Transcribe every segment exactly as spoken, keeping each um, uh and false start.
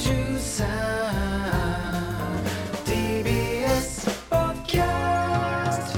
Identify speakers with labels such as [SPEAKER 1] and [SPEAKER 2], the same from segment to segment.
[SPEAKER 1] じゅうさん ティービーエス ポッドキャスト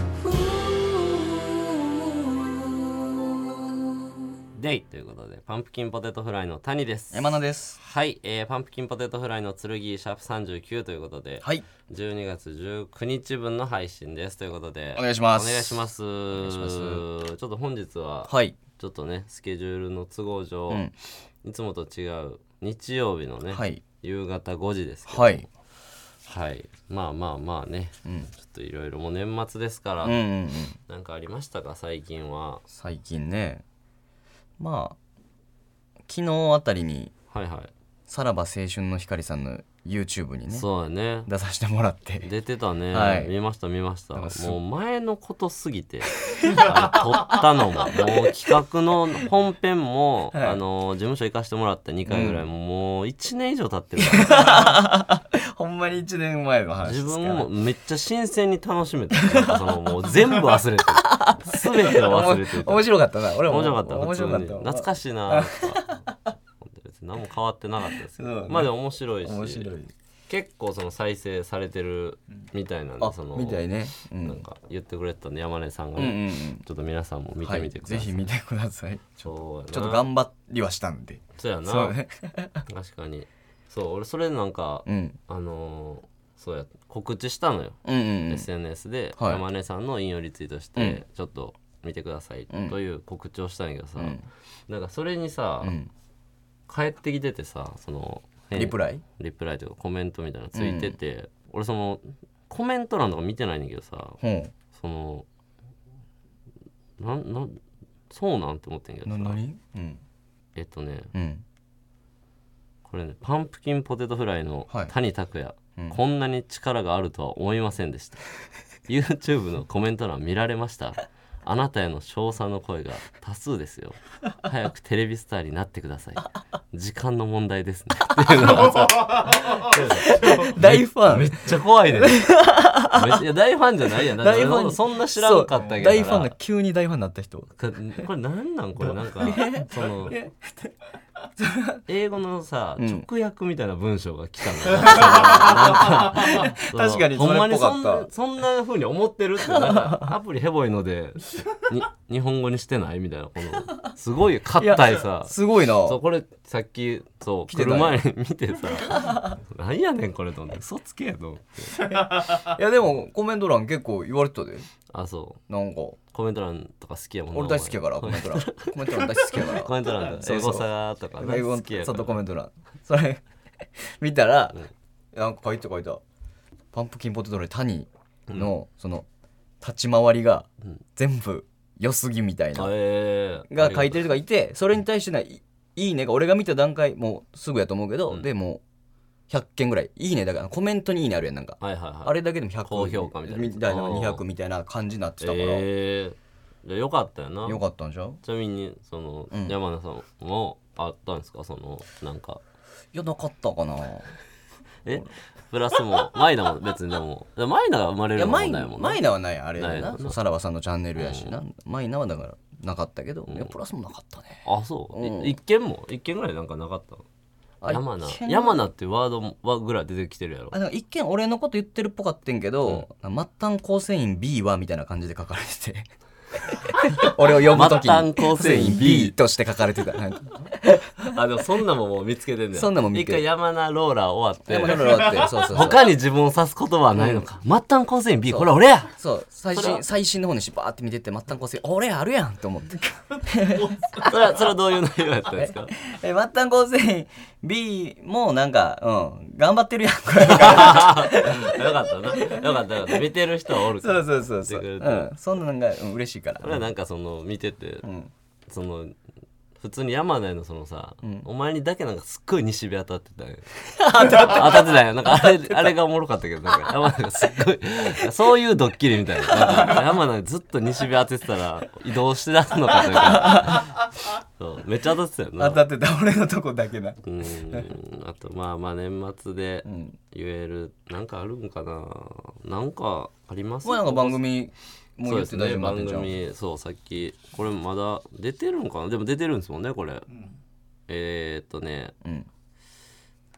[SPEAKER 2] デイということでパンプキンポテトフライの谷です。
[SPEAKER 3] 山名です。
[SPEAKER 2] はい、えー、パンプキンポテトフライの剣シャープさんじゅうきゅうということで、
[SPEAKER 3] はい、
[SPEAKER 2] じゅうにがつじゅうくにちぶんの配信ですということで
[SPEAKER 3] お願いします。
[SPEAKER 2] お願いします。
[SPEAKER 3] お願いします。
[SPEAKER 2] ちょっと本日は、
[SPEAKER 3] はい、
[SPEAKER 2] ちょっとねスケジュールの都合上、
[SPEAKER 3] うん、
[SPEAKER 2] いつもと違う日曜日のね、
[SPEAKER 3] はい、
[SPEAKER 2] 夕方ごじですけど、
[SPEAKER 3] はい
[SPEAKER 2] はい、まあまあまあね、うん、ちょっといろいろもう年末ですから、
[SPEAKER 3] うんうんうん、
[SPEAKER 2] なんかありましたか最近は。
[SPEAKER 3] 最近ね、まあ昨日あたりに、
[SPEAKER 2] はいはい、
[SPEAKER 3] さらば青春の光さんの YouTube にね、
[SPEAKER 2] そうやね、
[SPEAKER 3] 出させてもらって
[SPEAKER 2] 出てたね、はい、見ました見ました。もう前のことすぎてあ撮ったのももう企画の本編も、はい、あの事務所行かしてもらったにかいぐらい、うん、もういちねん以上経ってるから
[SPEAKER 3] ほんまにいちねんまえの話ですから。
[SPEAKER 2] 自分もめっちゃ新鮮に楽しめてそのもう全部忘れてる全てを忘れてる
[SPEAKER 3] 面白かったな。俺も
[SPEAKER 2] 面白かった。
[SPEAKER 3] 面白かった。
[SPEAKER 2] 懐かしいな別に何も変わってなかったですけど、ね、まあでも面白いし
[SPEAKER 3] 面白い、
[SPEAKER 2] 結構その再生されてるみたいなんで、その
[SPEAKER 3] みたいね、
[SPEAKER 2] うん、なんか言ってくれたんで山根さんがね、うんうんうん、ちょっと皆さんも見てみてください、
[SPEAKER 3] はい、ぜひ見てください。ち
[SPEAKER 2] ょ
[SPEAKER 3] っと頑張りはしたんで。
[SPEAKER 2] そうやなそう、ね、確かにそう俺それなんか、うん、あのー、そうや告知したのよ、うんうんうん、エスエヌエス で山根さんの引用リツイートして、はい、ちょっと見てくださいという告知をしたんやけどさ、うん、なんかそれにさ、うん、帰ってきててさ、その
[SPEAKER 3] リプライ
[SPEAKER 2] リプライというかコメントみたいなのついてて、うん、俺そのコメント欄とか見てないんだけどさ、うん、そのななそうなんて思ってんけどさ、
[SPEAKER 3] な何、うん、
[SPEAKER 2] えっとね、うん、これねパンプキンポテトフライの谷拓也、はい、うん、こんなに力があるとは思いませんでしたYouTube のコメント欄見られましたあなたへの称賛の声が多数ですよ。早くテレビスターになってください。時間の問題ですね。っていうのさ
[SPEAKER 3] 大ファン。
[SPEAKER 2] めっちゃ怖いね。いや大ファンじゃないやん。大ファンそんな知らんかったけど。
[SPEAKER 3] 大ファンが急に大ファンになった人。こ
[SPEAKER 2] れなんなんこれなんかその英語のさ、うん、直訳みたいな文章が来たの。
[SPEAKER 3] 確かにそれっぽかった。
[SPEAKER 2] そんな風に思ってるってなんかアプリヘボいのでに日本語にしてないみたいなこのすごい硬いさ、
[SPEAKER 3] すごいな。
[SPEAKER 2] そうこれさっきそう来る前に見てさなんやねんこれと思って嘘つけやと思って
[SPEAKER 3] いやでもコメント欄結構言われてたで。
[SPEAKER 2] あそう
[SPEAKER 3] なんか
[SPEAKER 2] コメント欄とか好きやもんな。
[SPEAKER 3] 俺大好きやからコメント欄コメント欄大好きやから
[SPEAKER 2] コメント欄とかエゴサとか
[SPEAKER 3] 英語好きやから外コメント欄それ見たら、うん、なんか書いて書いたパンプキンポテトの谷の、うん、その立ち回りが全部良すぎみたいな、うん、が書いてる人がいて、それに対してないいいねが俺が見た段階もうすぐやと思うけど、うん、でもひゃっけんぐらいいいねだからコメントにいいねあるやんなんか、はいはいはい、あれだけでもひゃく
[SPEAKER 2] 高評価みたいな
[SPEAKER 3] みたいなにひゃくみたいな感じになってたから、
[SPEAKER 2] えー、じゃよかったよな。
[SPEAKER 3] よかったんじゃん。
[SPEAKER 2] ちなみにその、うん、山田さんもあったんですかそのなんか。
[SPEAKER 3] いやなかったかな
[SPEAKER 2] えプラスもマイナも別にでもマイナが生まれるのもないもんな。
[SPEAKER 3] マイナはないあれやなさらばさんのチャンネルやしな、うん、マイナはだからなかったけど、うん、いやプラスもなかったね。
[SPEAKER 2] あそう、うん、一件も一件ぐらいなんかなかったの。山名山名ってワードはぐらい出てきてるやろ。
[SPEAKER 3] あでも一見俺のこと言ってるっぽかってんけど、うん、末端構成員 B はみたいな感じで書かれてて俺を呼ぶときに
[SPEAKER 2] 末端構成員
[SPEAKER 3] B として書かれてた
[SPEAKER 2] あでもそんなもんもう見つけてんだよ。
[SPEAKER 3] そんなもん見つけて
[SPEAKER 2] 一回山名ローラー終わって
[SPEAKER 3] 山名ローラー終わってそうそうそう
[SPEAKER 2] 他に自分を指す言葉はないのか、うん、末端構成員 B これ俺や。
[SPEAKER 3] そう最新最新の方にしバーって見てて末端構成員俺あるやんって思って
[SPEAKER 2] それはそれはどういう内容やったんですか。
[SPEAKER 3] え末端構成員 B もなんかうん頑張ってるやんこれよ
[SPEAKER 2] かったなよかったよかった見てる人はおるから
[SPEAKER 3] そうそうそうそう、うん、そんなのが、うん、嬉しいから。
[SPEAKER 2] 俺はなんかその見てて、うん、その普通に山名のそのさ、うん、お前にだけなんかすっごい西日当たってたよ当たってたよなんかあれあれがおもろかったけどなんか山名がすっごいそういうドッキリみたいな、なんか山名ずっと西日当ててたら移動して出すのかというかそうめっちゃ当たってたよな。
[SPEAKER 3] 当たってた俺のとこだけだ。
[SPEAKER 2] うんあとまあまあ年末で言える、うん、なんかあるんかななんかありますか。
[SPEAKER 3] まあ、なんか番組もう言って大丈夫になってんじゃん。
[SPEAKER 2] そうですね番組そうさっきこれまだ出てるんかな。でも出てるんですもんねこれ、うん、えー、っとね、うん、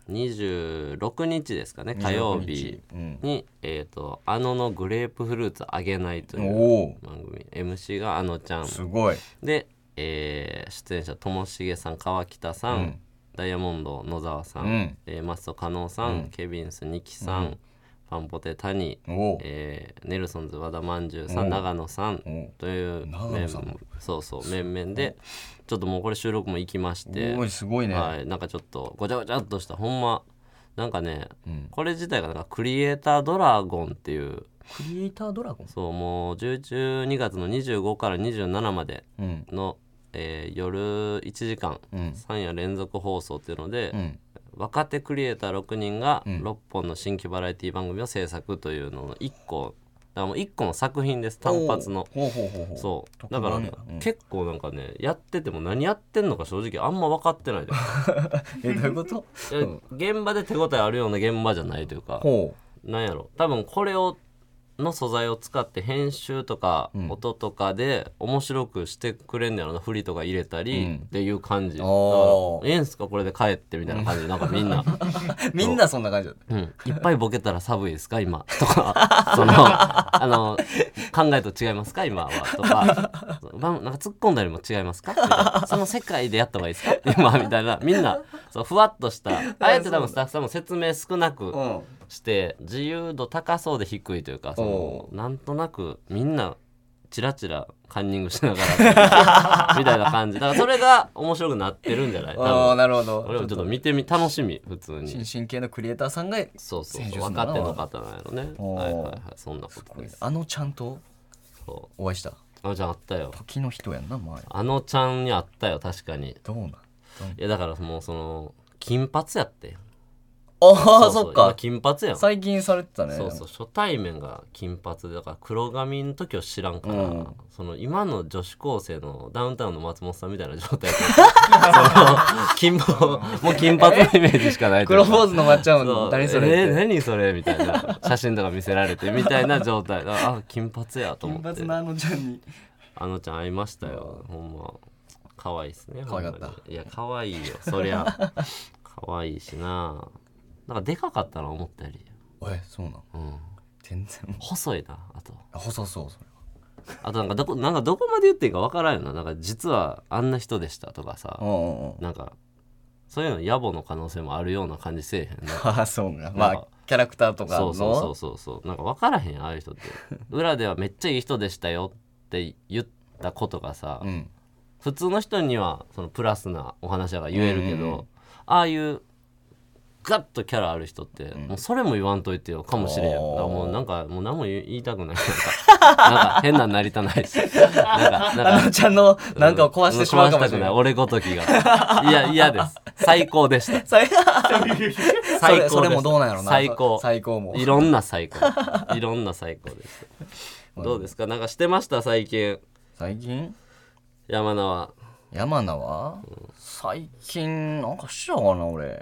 [SPEAKER 2] にじゅうろくにちですかね火曜日に、えー、とあののグレープフルーツあげないという番組 エムシー があのちゃん
[SPEAKER 3] すごい
[SPEAKER 2] で、えー出演者ともしげさん川北さん、うん、ダイヤモンド野沢さん、うんえー、マスト加納さん、うん、ケビンスニキさん、うんファンポテ谷、えー、ネルソンズ和田まんじゅうさん長野さんという面そうそう面々でちょっともうこれ収録も行きまして
[SPEAKER 3] おいすごいね、
[SPEAKER 2] はい、なんかちょっとごちゃごちゃっとしたほんまなんかね、うん、これ自体がなんかクリエイタードラゴンっていう
[SPEAKER 3] クリエイタードラゴン
[SPEAKER 2] そうもうじゅうにがつのにじゅうごからにじゅうしちまでの、うんえー、夜いちじかん、うん、さん夜連続放送っていうので、うん若手クリエイターろくにんがろっぽんの新規バラエティ番組を制作というののいっこだからもういっこの作品です単発の
[SPEAKER 3] ほうほうほうほう
[SPEAKER 2] そうだから、うん、結構なんかねやってても何やってんのか正直あんま分かってないで
[SPEAKER 3] えどういうこと、
[SPEAKER 2] うん、現場で手応えあるような現場じゃないというかなんやろ多分これをの素材を使って編集とか音とかで面白くしてくれんねやろな振りとか入れたりっていう感じ、うん、だからええんすかこれで帰ってみたいな感じでなんかみんな
[SPEAKER 3] みんなそんな感じだった、
[SPEAKER 2] うん、いっぱいボケたら寒いですか今とかそのあの考えと違いますか今はとかなんか突っ込んだりも違いますかみたいなその世界でやった方がいいですか今みたいなみんなそうふわっとしたあえて多分スタッフさんも説明少なく、うんして自由度高そうで低いというかそのなんとなくみんなチラチラカンニングしながらみたいな感じだからそれが面白くなってるんじゃない多分
[SPEAKER 3] あなるほど
[SPEAKER 2] 俺もちょっと見てみ楽しみ普通に
[SPEAKER 3] 新進系のクリエイターさんが
[SPEAKER 2] そうそうそう分かってんの方なんやろねはいはいはいそんなことです
[SPEAKER 3] あのちゃんとお会いした
[SPEAKER 2] あのちゃんあったよ
[SPEAKER 3] 時の人やんな前
[SPEAKER 2] あのちゃんにあったよ確かに
[SPEAKER 3] どうなんい
[SPEAKER 2] やだからもうその金髪やって
[SPEAKER 3] ああそっか
[SPEAKER 2] 金髪やん
[SPEAKER 3] 最近されてたね
[SPEAKER 2] そうそう初対面が金髪でだから黒髪の時を知らんから、うん、その今の女子高生のダウンタウンの松本さんみたいな状態でその金もう金髪のイメージしかない
[SPEAKER 3] 黒坊主のまっちゃんも何それ
[SPEAKER 2] えー、何それみたいな写真とか見せられてみたいな状態あ金髪やと思って
[SPEAKER 3] 金髪のあのちゃんに
[SPEAKER 2] あのちゃん会いましたよほんま可愛いっすね
[SPEAKER 3] 可愛かった
[SPEAKER 2] いや可愛いよそりゃ可愛いしななんかでかかったな思ったより
[SPEAKER 3] えそうなの、うん、全然
[SPEAKER 2] 細いなあと
[SPEAKER 3] 細そうそれ
[SPEAKER 2] はあとなんかどこなんかどこまで言っていいか分からんよななんか実はあんな人でしたとかさなんかそういうの野暮の可能性もあるような感じせえへんな
[SPEAKER 3] あそうかまあキャラクターとかの
[SPEAKER 2] そうそうそうそうなんか分からへんああいう人って裏ではめっちゃいい人でしたよって言ったことがさ、うん、普通の人にはそのプラスなお話が言えるけど、うんうん、ああいうガッとキャラある人って、うん、もうそれも言わんといてよかもしれんやんもうなんかもう何も言いたくないなんかなんか変ななりたないしなんかなんか
[SPEAKER 3] あのちゃんのなんかを壊してしまうかもしれない、
[SPEAKER 2] うん、俺ごときがいや嫌です最高でした最
[SPEAKER 3] 高それもどうなんやろな
[SPEAKER 2] 最高
[SPEAKER 3] 最高も
[SPEAKER 2] いろんな最高いろんな最高ですどうですかなんかしてました最近
[SPEAKER 3] 最近
[SPEAKER 2] 山名は
[SPEAKER 3] 山名は、うん、最近なんかしたかな俺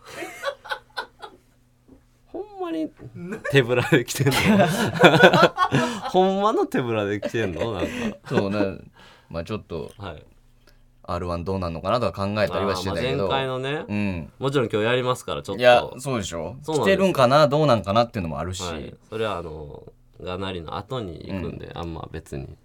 [SPEAKER 2] ほんまに手ぶらで来てんのほんまの手ぶらで来てんのなんか
[SPEAKER 3] そうねまあちょっと、はい、アールワン どうなんのかなとか考えたりはしてたけど、
[SPEAKER 2] まあ、前回のね、
[SPEAKER 3] うん、
[SPEAKER 2] もちろん今日やりますからちょっと
[SPEAKER 3] いやそうでしょ来てるんかなどうなんかなっていうのもあるし、はい、
[SPEAKER 2] それはあのがなりの後に行くんで、うん、あんま別に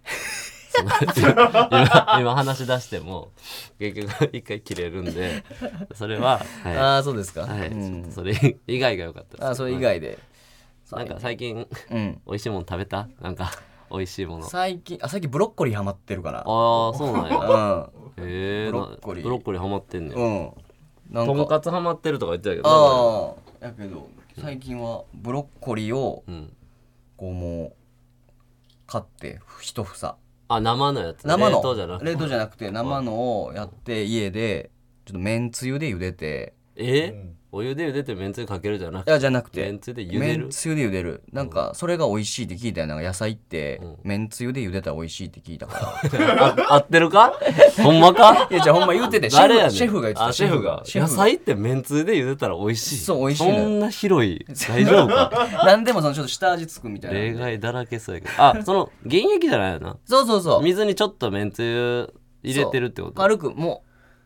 [SPEAKER 2] 今, 今話し出しても結局一回切れるんでそれは、はい、
[SPEAKER 3] ああそうですか、
[SPEAKER 2] はいうん、それ以外が良かったです
[SPEAKER 3] あそれ以外で
[SPEAKER 2] なんか最近、うん、美味しいもの食べたなんか美味しいもの
[SPEAKER 3] 最近あ最近ブロッコリーハマってるからあ
[SPEAKER 2] あそうなんや、
[SPEAKER 3] うん、
[SPEAKER 2] へえ
[SPEAKER 3] ブロッコリー
[SPEAKER 2] ブロッコリーハマってんねん、
[SPEAKER 3] うん、
[SPEAKER 2] なんかとんかつハマってるとか言ってたけど
[SPEAKER 3] ああやけど最近はブロッコリーを、うん、こうもう買って一房
[SPEAKER 2] あ生のやつ
[SPEAKER 3] 生の
[SPEAKER 2] 冷凍じゃなくて
[SPEAKER 3] 冷凍じゃなくて生のをやって家でちょっとめんつゆで茹でて
[SPEAKER 2] え、うん、お湯で茹でてめんつゆかけるじゃなくて
[SPEAKER 3] いやじゃなくて
[SPEAKER 2] めんつゆで茹でる
[SPEAKER 3] めんつゆで茹でるなんかそれが美味しいって聞いたよなんか野菜ってめんつゆで茹でたら美味しいって聞いたから
[SPEAKER 2] あ合ってるかほんまか
[SPEAKER 3] いやじゃあほんま言うててシェフ、シェフが言ってた
[SPEAKER 2] シェフが野菜ってめんつゆで茹でたら美味しい
[SPEAKER 3] そう美味しい
[SPEAKER 2] そんな広い大丈夫か
[SPEAKER 3] なんでもそのちょっと下味つくみたいな
[SPEAKER 2] 例外だらけそうやけどあその原液じゃないよな
[SPEAKER 3] そうそうそう
[SPEAKER 2] 水にちょっとめんつゆ入れてるってこと
[SPEAKER 3] 軽くもう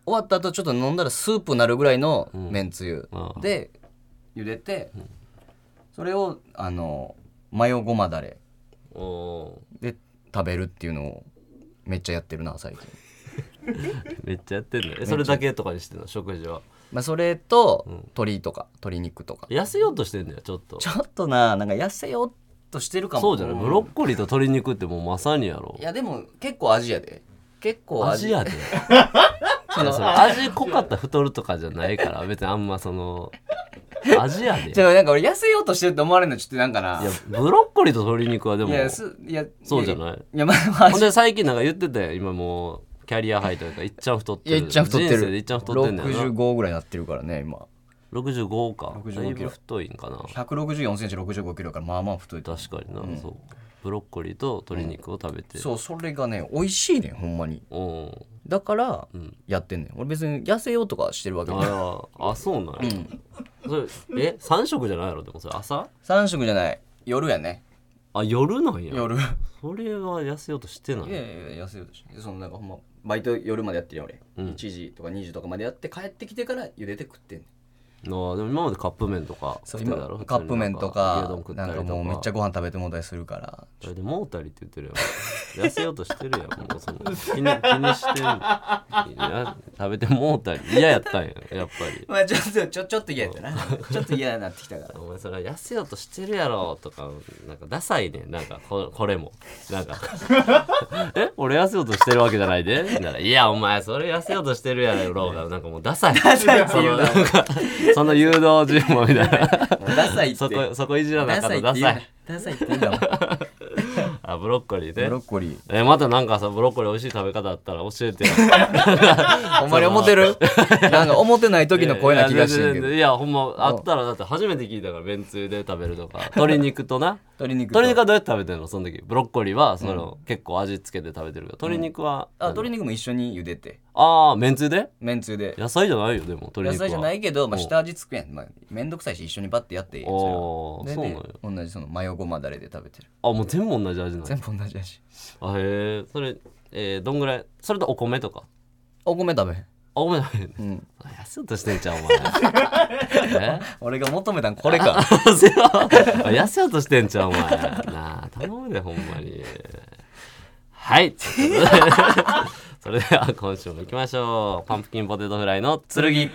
[SPEAKER 3] 終わった後ちょっと飲んだらスープになるぐらいのめんつゆ、
[SPEAKER 2] うん、
[SPEAKER 3] で茹でて、うん、それをあのマヨごまだれで食べるっていうのをめっちゃやってるな最近
[SPEAKER 2] めっちゃやってんの。それだけとかにしてんの食事は。
[SPEAKER 3] まあそれと、うん、鶏とか鶏肉とか
[SPEAKER 2] 痩せようとしてんだよちょっと
[SPEAKER 3] ちょっとななんか痩せようとしてるかも。
[SPEAKER 2] そうじゃない、ブロッコリーと鶏肉ってもうまさにやろ。
[SPEAKER 3] いやでも結構味やで結構
[SPEAKER 2] 味やでその味濃かったら太るとかじゃないから別にあんまその味やで。
[SPEAKER 3] じゃあなんか俺痩せようとしてるって思われるのちょっとなんかな。
[SPEAKER 2] いやブロッコリーと鶏肉はでも
[SPEAKER 3] いやすいや
[SPEAKER 2] そうじゃない。
[SPEAKER 3] いやまあ
[SPEAKER 2] ほんで最近なんか言ってたよ今もうキャリアハイというかいっちゃん太ってる。
[SPEAKER 3] いやいっちゃん太ってる。
[SPEAKER 2] 人生でいっちゃん太ってんだよな。
[SPEAKER 3] ろくじゅうごぐらいなってるからね今。
[SPEAKER 2] ろくじゅうごか。
[SPEAKER 3] ろくじゅうごキロ。
[SPEAKER 2] だいぶ太いんかな。
[SPEAKER 3] ひゃくろくじゅうよんセンチろくじゅうごキロからまあまあ太い。
[SPEAKER 2] 確かにな、うん、そうブロッコリーと鶏肉を食べて、
[SPEAKER 3] うん、そうそれがね美味しいねほんまに。だからやってんねん。俺別に痩せようとかしてるわけじゃない。
[SPEAKER 2] ああそうなんや、うん、それえさん食じゃないやろ。でもそれ朝
[SPEAKER 3] さん食じゃない夜やね。
[SPEAKER 2] あ夜なんや。
[SPEAKER 3] 夜
[SPEAKER 2] それは痩せようとしてない。
[SPEAKER 3] いやいや痩せようとしてそのなんかほんまバイト夜までやってるよ俺、うん、いちじとかにじとかまでやって帰ってきてから茹でて食ってんねん。
[SPEAKER 2] あでも今までカップ麺とか
[SPEAKER 3] そう今カップ麺とかなんかもうめっちゃご飯食べてもうたりするから
[SPEAKER 2] それでもうたりって言ってるやん痩せようとしてるやんもうその気に気にしてや食べてもうたり嫌やったんややっぱり。
[SPEAKER 3] まあちょっとちょちょっと嫌やったなちょっと嫌になってきたから
[SPEAKER 2] お前それは痩せようとしてるやろとかなんかダサいねなんか こ, これもなんかえ俺痩せようとしてるわけじゃないでならいやお前それ痩せようとしてるやろがなんかもうダサい
[SPEAKER 3] ダサいって言うな
[SPEAKER 2] その誘導尋問みたいな
[SPEAKER 3] ダサいって
[SPEAKER 2] そこそこいじらなかったダサい
[SPEAKER 3] ダサいって言うんだもん
[SPEAKER 2] あブロッコリーね
[SPEAKER 3] ブロッコリー
[SPEAKER 2] えまたなんかさブロッコリー美味しい食べ方あったら教えてよ
[SPEAKER 3] ほんまに思ってるなんか思ってない時の声な気がしてるけど
[SPEAKER 2] いやほんまあったらだって初めて聞いたからめんつゆで食べるとか鶏肉とな
[SPEAKER 3] 鶏肉
[SPEAKER 2] 鶏肉はどうやって食べてんのその時ブロッコリーはその、うん、結構味付けて食べてるから鶏肉は、
[SPEAKER 3] うん、あ鶏肉も一緒に茹でて
[SPEAKER 2] ああめんつゆで
[SPEAKER 3] めんつゆで
[SPEAKER 2] 野菜じゃないよでも鶏肉は
[SPEAKER 3] 野菜じゃないけど、まあ、下味つくやん、まあ、めんどくさいし一緒にバッてやっていいやん
[SPEAKER 2] それはそうなんよ
[SPEAKER 3] 同じそのマヨごまだれで食べてる。
[SPEAKER 2] あもう全部同じ味なの。
[SPEAKER 3] 全部同じ味。
[SPEAKER 2] あへえそれ、えー、どんぐらいそれとお米とか
[SPEAKER 3] お米食べへん。
[SPEAKER 2] お米食べへん、うん、痩せようとしてんちゃうお前え
[SPEAKER 3] 俺が求めたんこれか
[SPEAKER 2] 痩せようとしてんちゃうお前なあ頼むでほんまにはいそれでは今週も行きましょう。パンプキンポテトフライの剣。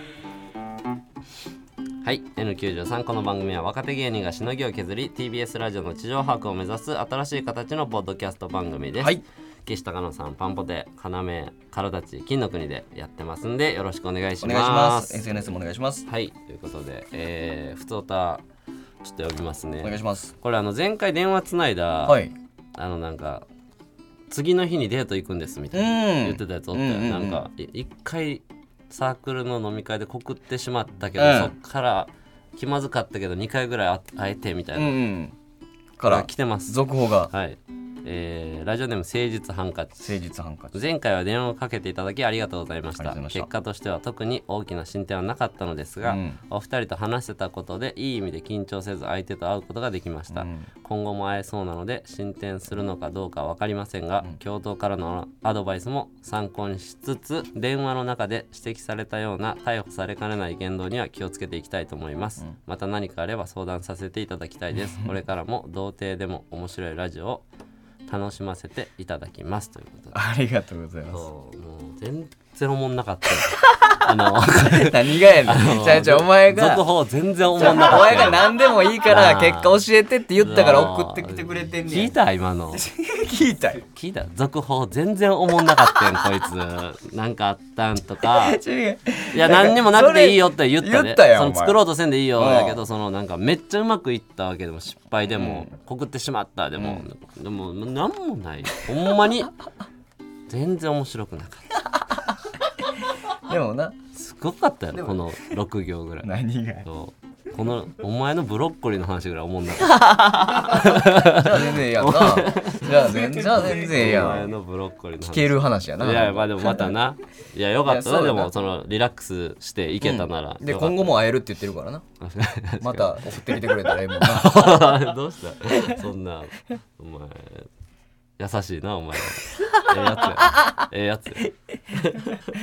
[SPEAKER 2] はい エヌきゅうじゅうさん この番組は若手芸人がしのぎを削り ティービーエス ラジオの地上把握を目指す新しい形のポッドキャスト番組です、はい、岸高野さんパンポテ要からたち金の国でやってますんでよろしくお願いします。お願いします。
[SPEAKER 3] エスエヌエス もお願いします。
[SPEAKER 2] はいということで、えー、ふつおたちょっと呼びますね。
[SPEAKER 3] お願いします。
[SPEAKER 2] これあの前回電話つないだ、はい、あのなんか次の日にデート行くんですみたいな言ってたやつおったよ、うんうんうん、なんか一回サークルの飲み会で告ってしまったけど、うん、そっから気まずかったけどにかいぐらい会えてみたいな、うんうん、から来てます。
[SPEAKER 3] 続報が、
[SPEAKER 2] はい、えー、ラジオネーム誠実ハンカチ。
[SPEAKER 3] 誠実ハンカチ。
[SPEAKER 2] 前回は電話をかけていただきありがとうございました。結果としては特に大きな進展はなかったのですが、うん、お二人と話せたことでいい意味で緊張せず相手と会うことができました、うん、今後も会えそうなので進展するのかどうか分かりませんが、うん、教頭からのアドバイスも参考にしつつ電話の中で指摘されたような逮捕されかねない言動には気をつけていきたいと思います、うん、また何かあれば相談させていただきたいですこれからも童貞でも面白いラジオを楽しませていただきますということで。
[SPEAKER 3] ありがとうございます。
[SPEAKER 2] もう全然おもんなかったあの
[SPEAKER 3] 何がやねん。じゃあじゃあお前が
[SPEAKER 2] 続報全然おもんなかった。
[SPEAKER 3] お前が何でもいいから結果教えてって言ったから送ってきてくれてんねん。
[SPEAKER 2] 聞いた今の
[SPEAKER 3] 聞いたよ。
[SPEAKER 2] 聞いた続報全然おもんなかったんこいつなんかあったんとかいや何にもなくていいよって言ったね。その作ろうとせんでいいよだけどそのなんかめっちゃうまくいったわけでも失敗でも、うん、告ってしまったでも、うん、でも何もないほんまに全然面白くなかった
[SPEAKER 3] でもな
[SPEAKER 2] すごかったよこのろく行ぐらい。
[SPEAKER 3] 何が
[SPEAKER 2] このお前のブロッコリーの話ぐらいおもんなかった
[SPEAKER 3] じゃあ全然ええやんなじゃあ全然ええやん。
[SPEAKER 2] お前のブロッコリーの話
[SPEAKER 3] 聞ける話やな。
[SPEAKER 2] いやまあでもまたないやよかったなでもそのリラックスしていけたなら、
[SPEAKER 3] うん、で今後も会えるって言ってるからなまた送ってきてくれたらええもんな
[SPEAKER 2] どうしたそんなお前優しいなお前ええやつやええやつや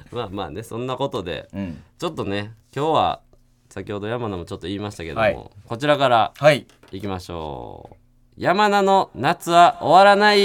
[SPEAKER 2] まあまあねそんなことで、
[SPEAKER 3] うん、
[SPEAKER 2] ちょっとね今日は先ほど山名もちょっと言いましたけども、
[SPEAKER 3] はい、
[SPEAKER 2] こちらから
[SPEAKER 3] はい
[SPEAKER 2] いきましょう。山名の夏は終わらない。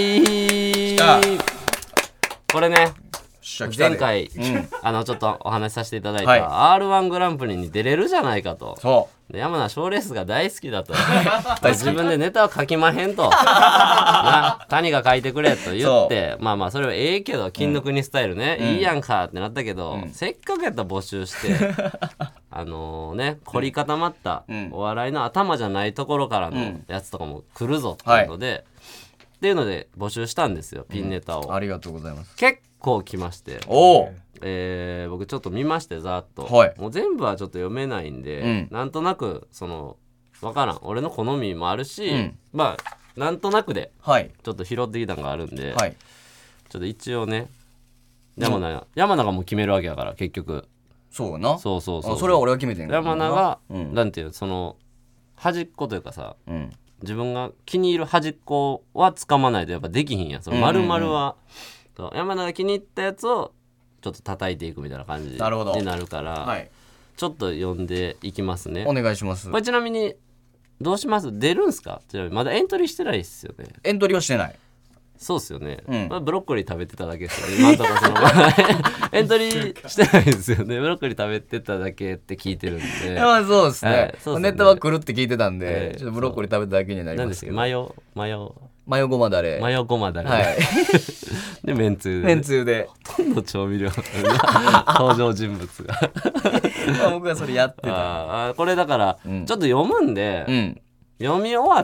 [SPEAKER 2] これね前回、うん、あのちょっとお話しさせていただいた、はい、アールワン グランプリに出れるじゃないかと。そう山名賞レースが大好きだと自分でネタを書きまへんとな谷が書いてくれと言ってまあまあそれはええけど金の国スタイルね、うん、いいやんかってなったけど、うん、せっかくやったら募集してあのね凝り固まったお笑いの頭じゃないところからのやつとかも来るぞっていうので、うんはい、っていうので募集したんですよピンネタを、
[SPEAKER 3] うん、ありがとうございます。
[SPEAKER 2] 結構来まして
[SPEAKER 3] おー
[SPEAKER 2] えー、僕ちょっと見ましてざーっと、
[SPEAKER 3] はい、
[SPEAKER 2] もう全部はちょっと読めないんで、うん、なんとなくその分からん俺の好みもあるし、うん、まあなんとなくでちょっと拾ってきたのがあるんで、はい、ちょっと一応ね山名、うん、山名がもう決めるわけやから結局
[SPEAKER 3] そうな
[SPEAKER 2] そうそうそう
[SPEAKER 3] それは俺が決めてんけど
[SPEAKER 2] 山名が、うん、なんていうその端っこというかさ、うん、自分が気に入る端っこは掴まないとやっぱできひんやんその丸々は、うんうんうん、山名が気に入ったやつをちょっと叩いていくみたいな感じになるから、はい、ちょっと読んでいきますね。
[SPEAKER 3] お願いします。
[SPEAKER 2] これちなみにどうします出るんすか。ちなみにまだエントリーしてないっすよね。
[SPEAKER 3] エントリーはしてない。
[SPEAKER 2] そうっすよね、うんまあ、ブロッコリー食べてただけですよね今のところそのエントリーしてないですよね。ブロッコリー食べてただけって聞いてるんで
[SPEAKER 3] まあそうですね、はい、そうですねネタは来るって聞いてたんで、えー、ちょっとブロッコリー食べただけになりますけど。
[SPEAKER 2] マヨマヨ
[SPEAKER 3] マヨごまだれ
[SPEAKER 2] マヨごまだれ、
[SPEAKER 3] はい、
[SPEAKER 2] でめんつゆで
[SPEAKER 3] めんつゆで
[SPEAKER 2] ほとんど調味料登場人物が
[SPEAKER 3] まあ僕はそれやってた。
[SPEAKER 2] あこれだから、うん、ちょっと読むんで、うん、読み終わって、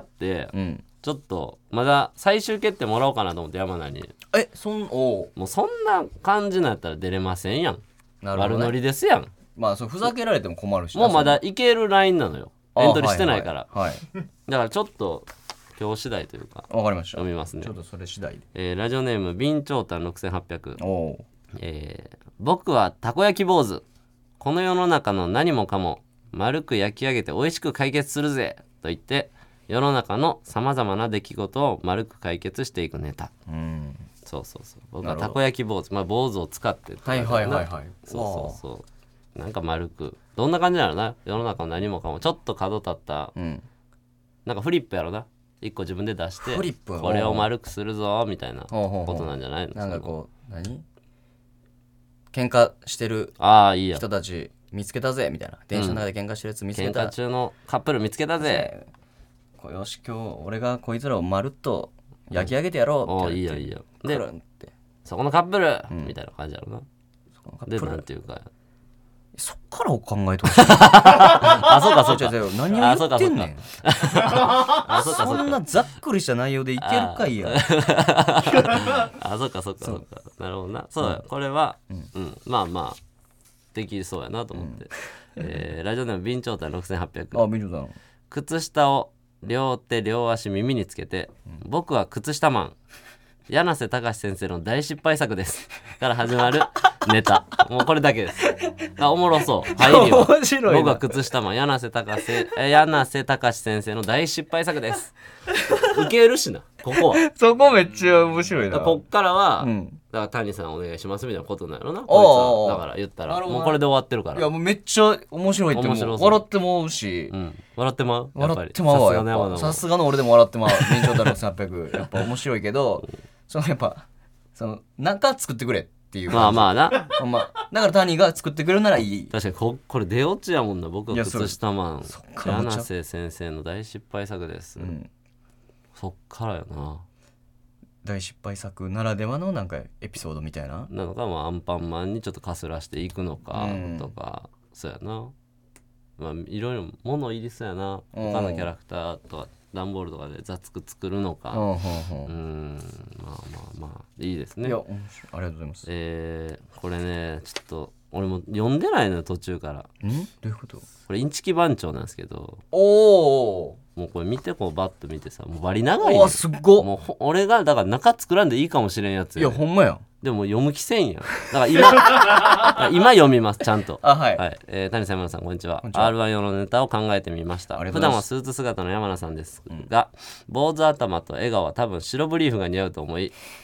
[SPEAKER 2] うん、ちょっとまだ最終決定もらおうかなと思って山名に
[SPEAKER 3] えそんお
[SPEAKER 2] もうそんな感じなんやったら出れませんやん。なるほど、ね、悪ノリですやん。
[SPEAKER 3] まあそうふざけられても困るし
[SPEAKER 2] もうまだいけるラインなのよエントリーしてないから、はいはいはい、だからちょっと今日次第というか
[SPEAKER 3] わかりました
[SPEAKER 2] 読みますね。
[SPEAKER 3] ちょっとそれ次第で、
[SPEAKER 2] えー、ラジオネーム備長炭ろくせんはっぴゃく、お、えー、僕はたこ焼き坊主この世の中の何もかも丸く焼き上げて美味しく解決するぜと言って世の中のさまざまな出来事を丸く解決していくネタ。うんそうそうそう僕はたこ焼き坊主まあ坊主を使って
[SPEAKER 3] はいはいはいはい
[SPEAKER 2] そうそうそうなんか丸くどんな感じなのな世の中の何もかもちょっと角立った、うん、なんかフリップやろな一個自分で出して
[SPEAKER 3] フリップ
[SPEAKER 2] これを丸くするぞみたいなことなんじゃないの。
[SPEAKER 3] なんかこう何喧嘩してる人たち見つけたぜみたいな電車の中で喧嘩してるやつ見つけた、
[SPEAKER 2] うん、喧嘩中のカップル見つけたぜ
[SPEAKER 3] よし今日俺がこいつらをまるっと焼き上げてやろうって、うん、
[SPEAKER 2] いいよいいよでそこのカップル、うん、みたいな感じやろな。そこのカップルでなんていうか
[SPEAKER 3] そっからを考えてほしい
[SPEAKER 2] あそうかそうか
[SPEAKER 3] 何を言ってんねんあそうかそうかそんなざっくりした内容でいけるかいや
[SPEAKER 2] あそうかそうかそうかなるほどなそうだ、うん、これは、うんうん、まあまあできそうやなと思って、うんえー、ラジオネーム備長炭ろくせんはっぴゃく
[SPEAKER 3] あ備長炭
[SPEAKER 2] 靴下を両手両足耳につけて、うん、僕は靴下マン柳瀬隆先生の大失敗作ですから始まるネタもうこれだけですあおもろそう入りは面白いな僕は靴下マン柳瀬隆柳瀬隆先生の大失敗作ですウケるしなここは
[SPEAKER 3] そこめっちゃ面白いな。
[SPEAKER 2] こっからは、うん、だから谷さんお願いしますみたいなことなんやろなこいつはだから言ったらもうこれで終わってるから。
[SPEAKER 3] いやもうめっちゃ面白いってもう笑ってもうし、うん、
[SPEAKER 2] 笑ってまう
[SPEAKER 3] 笑ってまうわやっぱさすがの俺でも笑ってまう備長炭ろくせんはっぴゃくやっぱ面白いけどそのやっぱその中作ってくれっていう
[SPEAKER 2] まあまあな
[SPEAKER 3] まあ、だから谷が作ってくれるならいい。
[SPEAKER 2] 確かに こ, これ出落ちやもんな僕は靴下マン柳瀬先生の大失敗作です、うん、そっからやな
[SPEAKER 3] 大失敗作ならではのなんかエピソードみたいな
[SPEAKER 2] なのか、まあ、アンパンマンにちょっとかすらしていくのかとか、うん、そうやなまあいろいろ物いりそうやな他のキャラクターとか段ボールとかで雑く作るのか、うん、うんまあまあまあいいですね。
[SPEAKER 3] いや面白いありがとうございます。
[SPEAKER 2] えー、これねちょっと俺も読んでないのよ途中から。
[SPEAKER 3] んどういうこと？
[SPEAKER 2] これインチキ番長なんですけど
[SPEAKER 3] おお
[SPEAKER 2] もうこれ見てこうバッと見てさもうバリ長いね。
[SPEAKER 3] おすっご
[SPEAKER 2] もう俺がだから中作らんでいいかもしれんやつ
[SPEAKER 3] や、ね、いやほんまや
[SPEAKER 2] でも読む気せんやんだから今今読みますちゃんと
[SPEAKER 3] あはい、
[SPEAKER 2] はいえー、谷さん山田さんこんにちは。 アールワン 用のネタを考えてみました。普段はスーツ姿の山名さんですが、うん、坊主頭と笑顔は多分白ブリーフが似合うと思い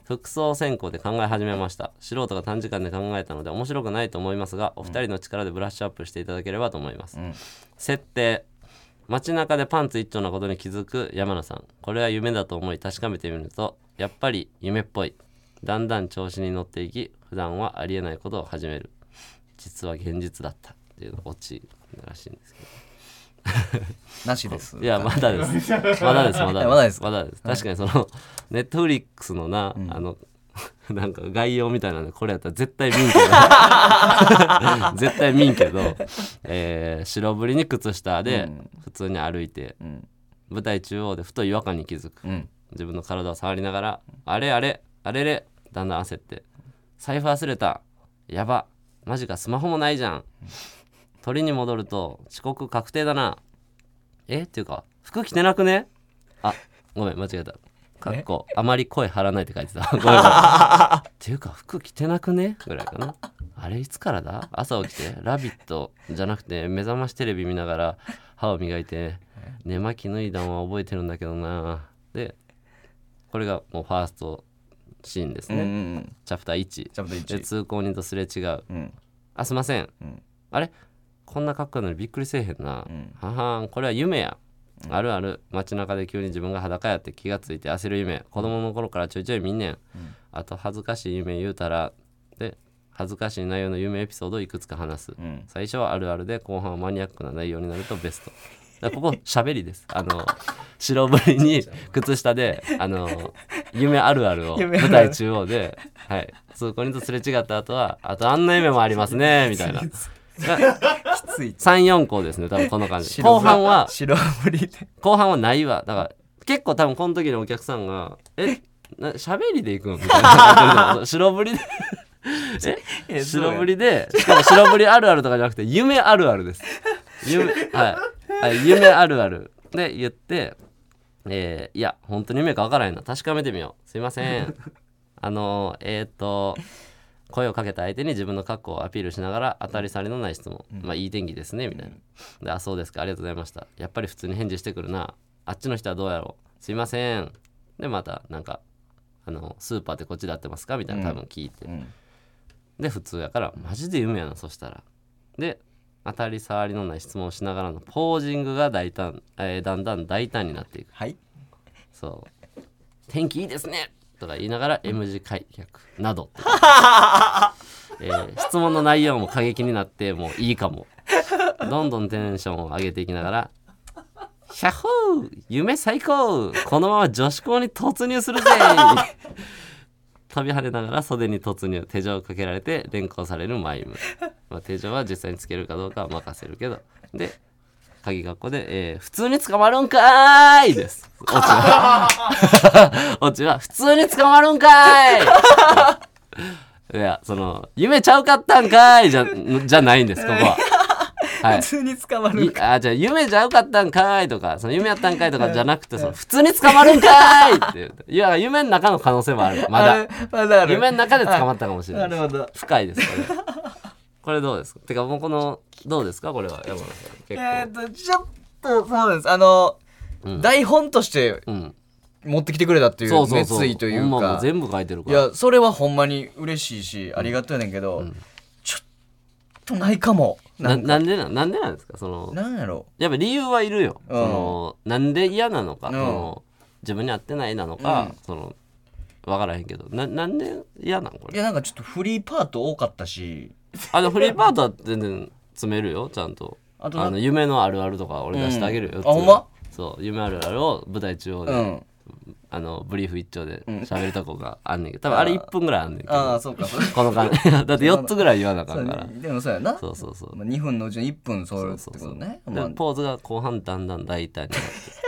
[SPEAKER 2] 服装選考で考え始めました。素人が短時間で考えたので面白くないと思いますが、お二人の力でブラッシュアップしていただければと思います、うん、設定、街中でパンツ一丁なことに気づく山名さん。これは夢だと思い確かめてみると、やっぱり夢っぽい。だんだん調子に乗っていき、普段はありえないことを始める。実は現実だったっていうオチらしいんですけど
[SPEAKER 3] なしです。
[SPEAKER 2] いやまだですまだですまだです
[SPEAKER 3] まだです
[SPEAKER 2] まだです。確かにそのネットフリックスのな、うん、あのなんか概要みたいなんでこれやったら絶対見んけど絶対見んけど、えー、白ブリに靴下で普通に歩いて、うん、舞台中央でふと違和感に気づく、うん、自分の体を触りながら、あれあれあれれ、だんだん焦って、財布忘れた、やば、マジかスマホもないじゃん、取りに戻ると遅刻確定だな、えっていうか服着てなくね、あごめん間違えた、かっこあまり声張らないって書いてたごめんごめんっていうか服着てなくねぐらいかな。あれいつからだ、朝起きてラビットじゃなくて目覚ましテレビ見ながら歯を磨いて寝巻き脱いだのは覚えてるんだけどな。でこれがもうファーストシーンですね、うんうん、チャプターいち, チャプターいちで通行人とすれ違う、うん、あすいません、うん、あれこんな格好なのにびっくりせえへんな、うん、ははんこれは夢や、うん、あるある街中で急に自分が裸やって気がついて焦る夢、子供の頃からちょいちょい見んねん、うん、あと恥ずかしい夢言うたらで恥ずかしい内容の夢エピソードをいくつか話す、うん、最初はあるあるで後半はマニアックな内容になるとベスト。だここ喋りです。あの白ブリに靴下であの夢あるあるを舞台中央で、はい、通行人とすれ違った後はあとあんな夢もありますねみたいなさんよんこですね多分この感じ。後半は
[SPEAKER 3] 白ブリで
[SPEAKER 2] 後半はないわ。だから結構多分この時のお客さんがえな喋りでいくんみたいな白ブリでえ白ブリでしかも白ブリあるあるとかじゃなくて夢あるあるです。夢はいはい、夢あるあるで言って、えー、いや本当に夢か分からへんな、確かめてみよう、すいませんあのえっ、ー、と声をかけた相手に自分の格好をアピールしながら当たり障りのない質問、うん、まあいい天気ですねみたいなで、あそうですかありがとうございました、やっぱり普通に返事してくるな、あっちの人はどうやろう、すいませんでまたなんかあのスーパーってこっちで合ってますかみたいな多分聞いて、うん、で普通やからマジで夢やな、そしたらで当たり障りのない質問をしながらのポージングが大胆、えー、だんだん大胆になっていく。
[SPEAKER 3] はい。
[SPEAKER 2] そう天気いいですねとか言いながら エム 字開脚など、えー、質問の内容も過激になってもういいかも、どんどんテンションを上げていきながらヒャッホー夢最高このまま女子校に突入するぜ飛び跳ねながら袖に突入、手錠をかけられて連行されるマイム、まあ、手錠は実際につけるかどうかは任せるけど、で鍵括弧で、えー、普通に捕まるんかーいですオチはオチは普通に捕まるんかーいいやその夢ちゃうかったんかーいじゃ、じゃないんですここははい、
[SPEAKER 3] 普通に捕まるん
[SPEAKER 2] かあじゃあ夢じゃうかったんかいとかその夢やったんかいとかじゃなくてその普通に捕まるんかいっていういや夢の中の可能性もあるまだ
[SPEAKER 3] まだある
[SPEAKER 2] 夢の中で捕まったかもしれない、
[SPEAKER 3] なるほど
[SPEAKER 2] 深いですこれこれどうですかてかもうこのどうですかこれは山田さん結構え
[SPEAKER 3] ー、っとちょっとそうですあの、うん、台本として持ってきてくれたっていう熱意というか、
[SPEAKER 2] ほんまもう全部書いてるから
[SPEAKER 3] いやそれはほんまに嬉しいしありがとうやねんけど、うん、ちょっとないかも
[SPEAKER 2] な, なんでななんでなんですかその
[SPEAKER 3] なんやろ
[SPEAKER 2] やっぱ理由はいるよ、うん、そのなんで嫌なのか、うん、その自分に合ってないなのか、うん、その分からへんけど な, なんで嫌なのこれ。
[SPEAKER 3] いやなんかちょっとフリーパート多かったし
[SPEAKER 2] あのフリーパートは全然詰めるよちゃんと あ, あの夢のあるあるとか俺出してあげるよ、うん、
[SPEAKER 3] あほんま
[SPEAKER 2] そう夢あるあるを舞台中央で、うんあのブリーフ一丁で喋るとこがあんねんけど多分あれいっぷんぐらいあんねんけど
[SPEAKER 3] ああそうか
[SPEAKER 2] この感じだってよっつぐらい言わなあかんから
[SPEAKER 3] でもそうやな
[SPEAKER 2] そうそうそう、
[SPEAKER 3] まあ、にふんのうちのいっぷんそうるってことね。
[SPEAKER 2] そうそうそう、まあ、でポーズが後半だんだん大胆になって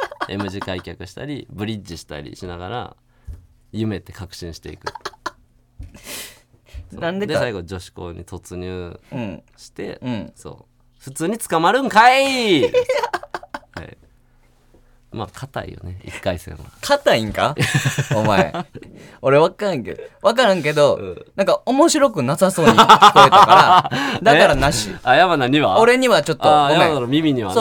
[SPEAKER 2] M 字開脚したりブリッジしたりしながら夢って確信していく
[SPEAKER 3] なんでか
[SPEAKER 2] で最後女子校に突入して、
[SPEAKER 3] うんうん、
[SPEAKER 2] そう普通に捕まるんかいはいまあ硬いよね一回戦は。
[SPEAKER 3] 硬いんかお前俺分からんけど分からんけど、うん、なんか面白くなさそうに聞こえたからだからなし
[SPEAKER 2] あ山名には
[SPEAKER 3] 俺にはちょっと
[SPEAKER 2] あ山名の耳にはな
[SPEAKER 3] そ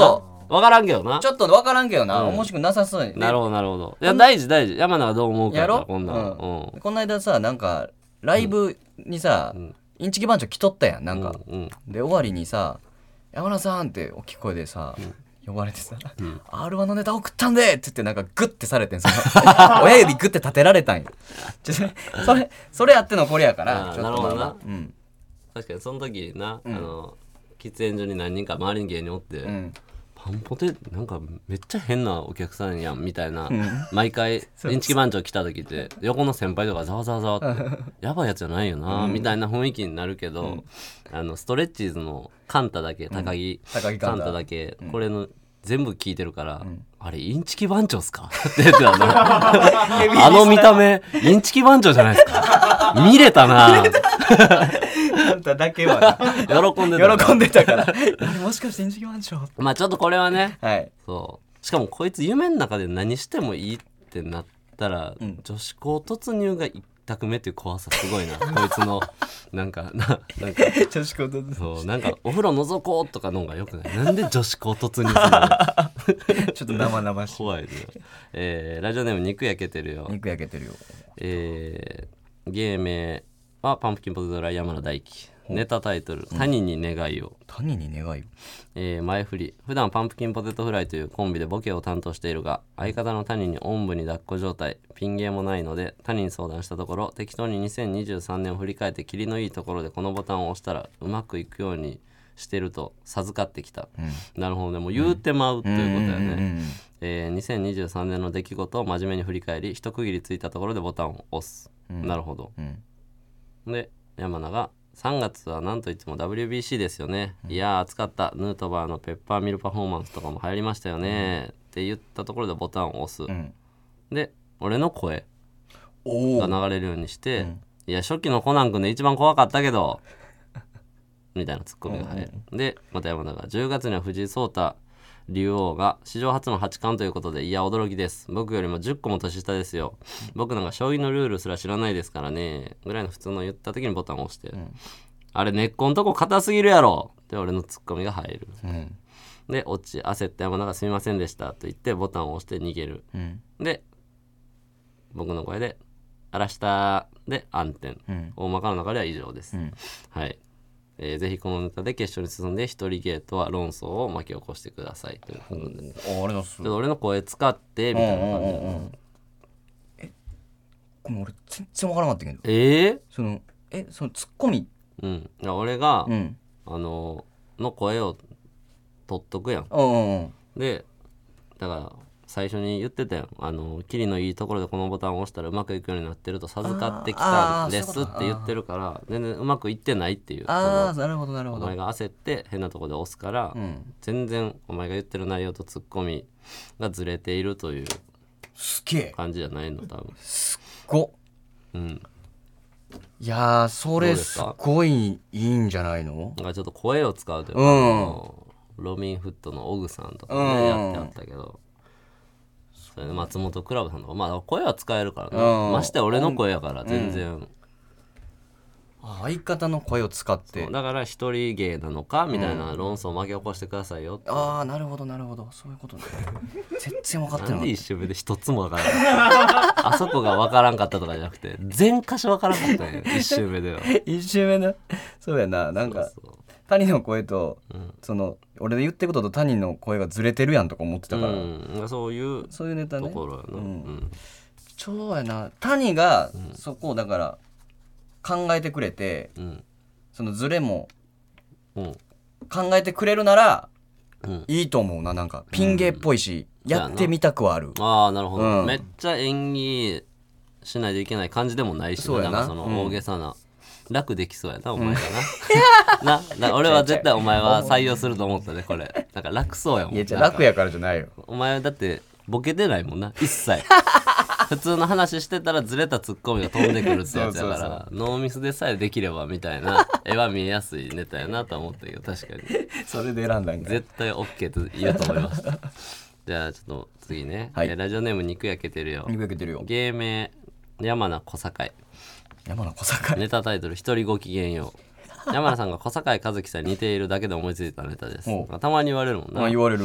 [SPEAKER 2] 分からんけどな。
[SPEAKER 3] ちょっと分からんけどな、
[SPEAKER 2] うん
[SPEAKER 3] 面白くなさそうに。
[SPEAKER 2] なるほどなるほど。いや大事大事。山名がどう思うか
[SPEAKER 3] やろ
[SPEAKER 2] こんなん、
[SPEAKER 3] うん
[SPEAKER 2] うん
[SPEAKER 3] この間さなんかライブにさ、
[SPEAKER 2] ん
[SPEAKER 3] インチキ番長来とったやんなんか、
[SPEAKER 2] うんうん
[SPEAKER 3] で終わりにさ「山田さん」って大きい声でさ、呼ばれてさ「アールワン のネタ送ったんで!」って言ってなんかグッてされてんその親指グッて立てられたんよ。ちょそれそれあってのこれやから
[SPEAKER 2] あー
[SPEAKER 3] ちょっと
[SPEAKER 2] なるほどな
[SPEAKER 3] まあまあうん
[SPEAKER 2] 確かにその時にな、あの喫煙所に何人か周りに芸人おって、
[SPEAKER 3] うん
[SPEAKER 2] パンポテなんかめっちゃ変なお客さんやんみたいな、毎回インチキ番長来た時って横の先輩とかざわざわざわってやばいやつじゃないよな、みたいな雰囲気になるけど、あのストレッチーズのカンタだけ高木、
[SPEAKER 3] 高木カンタ
[SPEAKER 2] カンタだけ、これの全部聞いてるから、あれインチキ番長っすかって言ってたなあの見た目インチキ番長じゃないですか見れたな
[SPEAKER 3] あんただけは
[SPEAKER 2] 喜んでた
[SPEAKER 3] 喜んでたからもしかしてインチキ番長
[SPEAKER 2] まあちょっとこれはね
[SPEAKER 3] はい
[SPEAKER 2] そうしかもこいつ夢の中で何してもいいってなったら、
[SPEAKER 3] ん
[SPEAKER 2] 女子校突入が一択目っていう怖さすごいなこいつのなんかななんか
[SPEAKER 3] 女子高と
[SPEAKER 2] そうなんかお風呂覗こうとかの方がよくないなんで女子校突入するの
[SPEAKER 3] ちょっと生々しい
[SPEAKER 2] 怖いね、えーラジオネーム肉焼けてるよ、
[SPEAKER 3] 肉焼けてるよ
[SPEAKER 2] えー芸名はパンプキンポテトフライ山田大輝、ネタタイトル「他人に願いを」
[SPEAKER 3] 他人に願いを
[SPEAKER 2] えー前振り普段パンプキンポテトフライというコンビでボケを担当しているが相方の他人におんぶに抱っこ状態ピン芸もないので他人に相談したところ適当ににせんにじゅうさんねんを振り返ってキリのいいところでこのボタンを押したらうまくいくようにしてると授かってきた、なるほどねもう言うてまうということだよね、えーにせんにじゅうさんねんの出来事を真面目に振り返り一区切りついたところでボタンを押す、なるほど、で山名がさんがつはなんといっても ダブリュービーシー ですよね、いやー暑かったヌートバーのペッパーミルパフォーマンスとかも流行りましたよね、って言ったところでボタンを押す、
[SPEAKER 3] ん
[SPEAKER 2] で俺の声
[SPEAKER 3] お
[SPEAKER 2] が流れるようにして、いや初期のコナン君で一番怖かったけどみたいなツッコミが入る、でまた山田がじゅうがつには藤井聡太竜王が史上初の八冠ということでいや驚きです僕よりもじゅっこも年下ですよ僕なんか将棋のルールすら知らないですからねぐらいの普通の言った時にボタンを押して、あれ根っこのとこ硬すぎるやろって俺のツッコミが入る、
[SPEAKER 3] うん
[SPEAKER 2] で落ち焦って山田がすみませんでしたと言ってボタンを押して逃げる、
[SPEAKER 3] うん
[SPEAKER 2] で僕の声であらしたで暗転、
[SPEAKER 3] ん
[SPEAKER 2] 大まかな流れは以上です、
[SPEAKER 3] ん
[SPEAKER 2] はい、えーぜひこのネタで決勝に進んで一人ゲートは論争を巻き起こしてくださいということで、ち
[SPEAKER 3] ああれだす
[SPEAKER 2] ょっと俺の声使ってみたいな感じで、
[SPEAKER 3] えこれ俺全然わからなかったけど
[SPEAKER 2] えー、
[SPEAKER 3] そのえそのツッコミ
[SPEAKER 2] うんいや俺が、
[SPEAKER 3] うん
[SPEAKER 2] あのの声を取っとくやん
[SPEAKER 3] うんうん
[SPEAKER 2] でだから最初に言ってたよあのキリのいいところでこのボタンを押したらうまくいくようになってると授かってきたんですって言ってるから全然うまくいってないっていう
[SPEAKER 3] ああなるほどなるほど
[SPEAKER 2] お前が焦って変なところで押すから、
[SPEAKER 3] ん
[SPEAKER 2] 全然お前が言ってる内容とツッコミがずれているという
[SPEAKER 3] すげえ
[SPEAKER 2] 感じじゃないの多分
[SPEAKER 3] ごっ
[SPEAKER 2] うん
[SPEAKER 3] いやーそ
[SPEAKER 2] どう
[SPEAKER 3] れ
[SPEAKER 2] ですか
[SPEAKER 3] ごいいいんじゃないの
[SPEAKER 2] なんかちょっと声を使うというか、
[SPEAKER 3] うん
[SPEAKER 2] あのロビンフットのオグさんとかね、
[SPEAKER 3] うん
[SPEAKER 2] やってあったけどそれで松本クラブさんとかまあ声は使えるからね、
[SPEAKER 3] うん
[SPEAKER 2] まして俺の声やから全然、
[SPEAKER 3] あ相方の声を使って
[SPEAKER 2] だから一人芸なのかみたいな論争を巻き起こしてくださいよって、
[SPEAKER 3] ああなるほどなるほそうそういうことね全然分かって
[SPEAKER 2] な
[SPEAKER 3] なんかっ
[SPEAKER 2] で一周目で一つもわからんあそこがわからんかったとかじゃなくて全箇所わからんかったんよ一周目では
[SPEAKER 3] た一周目のそうやななんか
[SPEAKER 2] そうそう
[SPEAKER 3] 谷の声と、
[SPEAKER 2] ん
[SPEAKER 3] その俺で言ってることと谷の声がずれてるやんとか思ってたから、
[SPEAKER 2] うん、そういう
[SPEAKER 3] そういうネタね
[SPEAKER 2] ところやな、
[SPEAKER 3] う
[SPEAKER 2] うんん
[SPEAKER 3] そうやな谷がそこをだから考えてくれて、
[SPEAKER 2] うん
[SPEAKER 3] そのズレも
[SPEAKER 2] うん
[SPEAKER 3] 考えてくれるなら
[SPEAKER 2] うん
[SPEAKER 3] いいと思うななんかピン芸っぽいし、やってみたくはある
[SPEAKER 2] ああなるほど、
[SPEAKER 3] うん
[SPEAKER 2] めっちゃ演技しないといけない感じでもないし
[SPEAKER 3] そうやな
[SPEAKER 2] なんかその
[SPEAKER 3] うん
[SPEAKER 2] 大げさな、楽できそうやなお前がな、なな俺は絶対お前は採用すると思ったねこれなんか楽そうやもん
[SPEAKER 3] いやじゃ
[SPEAKER 2] なんか
[SPEAKER 3] 楽やからじゃないよ
[SPEAKER 2] お前はだってボケてないもんな一切普通の話してたらずれたツッコミが飛んでくるってやつやから
[SPEAKER 3] そうそう
[SPEAKER 2] ノーミスでさえできればみたいな絵は見えやすいネタやなとは思ったけど確かに
[SPEAKER 3] それで選んだんか
[SPEAKER 2] 絶対 OK と言うと思いましたじゃあちょっと次ね、
[SPEAKER 3] はい
[SPEAKER 2] えーラジオネーム肉焼けてるよ
[SPEAKER 3] 肉焼けてるよ
[SPEAKER 2] 芸名山名小堺
[SPEAKER 3] 山名小堺
[SPEAKER 2] ネタタイトル一人ごきげんよう山名さんが小堺一樹さんに似ているだけで思いついたネタです
[SPEAKER 3] おう
[SPEAKER 2] たまに言われるもんな、
[SPEAKER 3] まあ言われる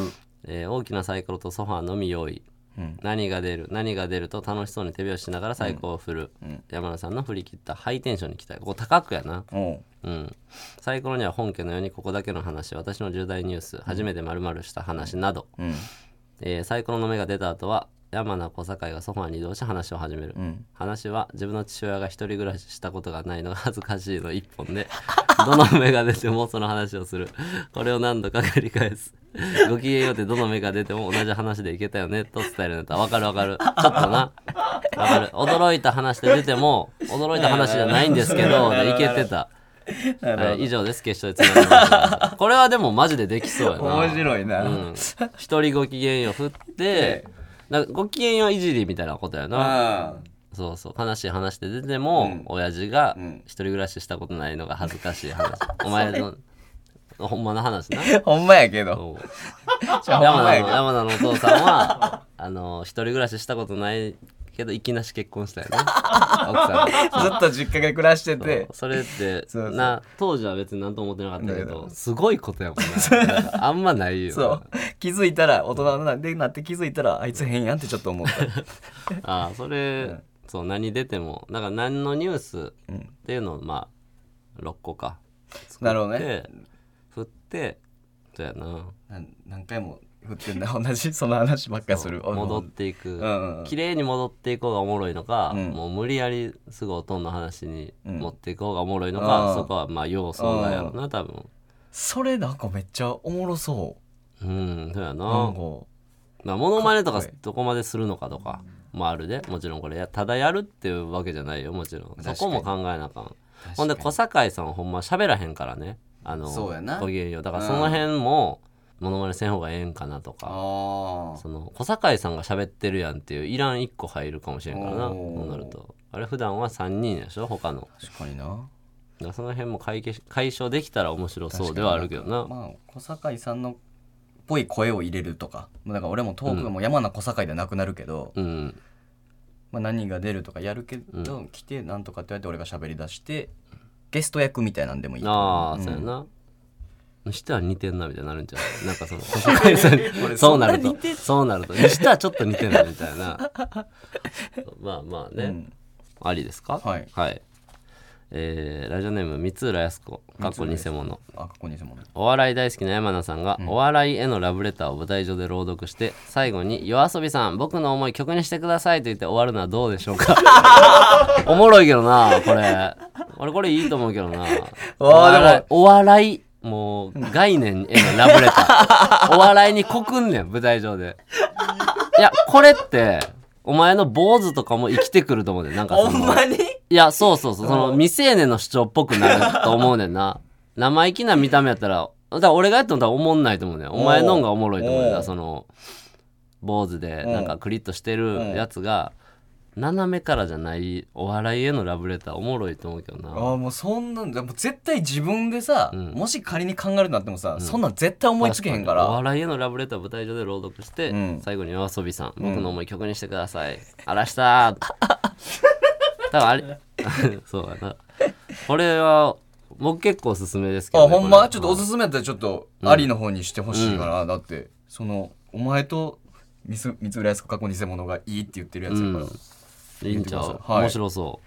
[SPEAKER 2] えー大きなサイコロとソファーのみ用意、うん、何が出る何が出ると楽しそうに手拍子しながらサイコロを振る、うん、山田さんの振り切ったハイテンションに期待。ここ高くやな、うん、サイコロには本家のようにここだけの話、私の重大ニュース、初めて〇〇した話など、うんえー、サイコロの目が出た後は山名小堺がソファーに移動して話を始める、うん、話は自分の父親が一人暮らししたことがないのが恥ずかしいの一本でどの目が出てもその話をする。これを何度か繰り返す。ごきげんようってどの目が出ても同じ話でいけたよねと伝えるネタ。わかるわかる、ちょっとなわかる。驚いた話で出ても驚いた話じゃないんですけどいけてた。はい、以上です。決勝でつながりました。これはでもマジでできそうやな。
[SPEAKER 3] 面白いな、うん、
[SPEAKER 2] 一人ごきげんよう振ってなんかごきげんよういじりみたいなことやな。そうそう、悲しい話で出ても、うん、親父が一人暮らししたことないのが恥ずかしい話。お前のほんまの話な。
[SPEAKER 3] ほんまやけど
[SPEAKER 2] 山田の山田のお父さんはあの一人暮らししたことないけどいきなし結婚したよね。奥さ
[SPEAKER 3] んずっと実家で暮らしてて、
[SPEAKER 2] それってそうそうな当時は別に何とも思ってなかったけどすごいことやもんな。あんまないよ。
[SPEAKER 3] そう気づいたら大人になって気づいたらあいつ変やんってちょっと思った。
[SPEAKER 2] ああそれ、うん、そう何出てもだから何のニュースっていうのをまあろっこか作って
[SPEAKER 3] なるほどね
[SPEAKER 2] 振ってそうやな
[SPEAKER 3] 何回も振ってんだ同じその話ばっかする。
[SPEAKER 2] 戻っていく、うんうん、綺麗に戻っていこうがおもろいのか、うん、もう無理やりすぐおとんの話に持っていこうがおもろいのか、うん、そこはまあ要素だやろな多分。
[SPEAKER 3] それなんかめっちゃおもろそう。
[SPEAKER 2] うんそうやな。なんかまあモノマネとかどこまでするのかとかもあるでもちろんこれただやるっていうわけじゃないよもちろんそこも考えなあかん。ほんで小堺さんほんま喋らへんからねあの
[SPEAKER 3] そうやな
[SPEAKER 2] ごきげんようだからその辺も、うんモノマネせん方がええんかなとかその小堺さんが喋ってるやんっていういらんいっこ入るかもしれんからな。そうなるとあれ普段はさんにんでしょ他の。
[SPEAKER 3] 確かにな。だ
[SPEAKER 2] からその辺も解決解消できたら面白そうではあるけどな。
[SPEAKER 3] まあ小堺さんのっぽい声を入れるとかだから俺もトークがもう山名小堺でなくなるけど、うんまあ、何が出るとかやるけど、うん、来てなんとかって言われて俺が喋り出してゲスト役みたいなんでもいいと思う。
[SPEAKER 2] ああ、うん、そうやなにしては似てんなみたいになるんじゃないなんかその小堺さんにそうなるとそうなるとにしてはちょっと似てんなみたいなまあまあね、うん、ありですか。
[SPEAKER 3] はい、
[SPEAKER 2] はいえー、ラジオネーム三浦靖子かっこ偽物。
[SPEAKER 3] あかっこ偽物。
[SPEAKER 2] お笑い大好きな山名さんが、うん、お笑いへのラブレターを舞台上で朗読して最後に夜遊びさん僕の思い曲にしてくださいと言って終わるのはどうでしょうか。おもろいけどなこれ俺これいいと思うけどな。お笑いお笑いもう概念へのラブレターお笑いに告んねん舞台上で。いやこれってお前の坊主とかも生きてくると思うねん。なんかその
[SPEAKER 3] ほんまに
[SPEAKER 2] いやそうそうそうその未成年の主張っぽくなると思うねんな。生意気な見た目やったらだから俺がやったのとは思んないと思うねん。お前のんがおもろいと思うねん。その坊主でなんかクリッとしてるやつが斜めからじゃないお笑いへのラブレターおもろいと思うけどな。
[SPEAKER 3] ああもうそんなんでも絶対自分でさ、うん、もし仮に考えるとなってもさ、うん、そんなん絶対思いつけへんから
[SPEAKER 2] お笑いへのラブレターを舞台上で朗読して、うん、最後に夜遊びさん、うん、僕の思い曲にしてください、あらしたー多分あれそうやなこれは僕結構おすすめですけど、
[SPEAKER 3] ね、あほんまちょっとおすすめやったらちょっとありの方にしてほしいかな、うん、だってそのお前と三浦靖子過去偽物がいいって言ってるやつやから、うん
[SPEAKER 2] いいんちゃう、はい、面白そう、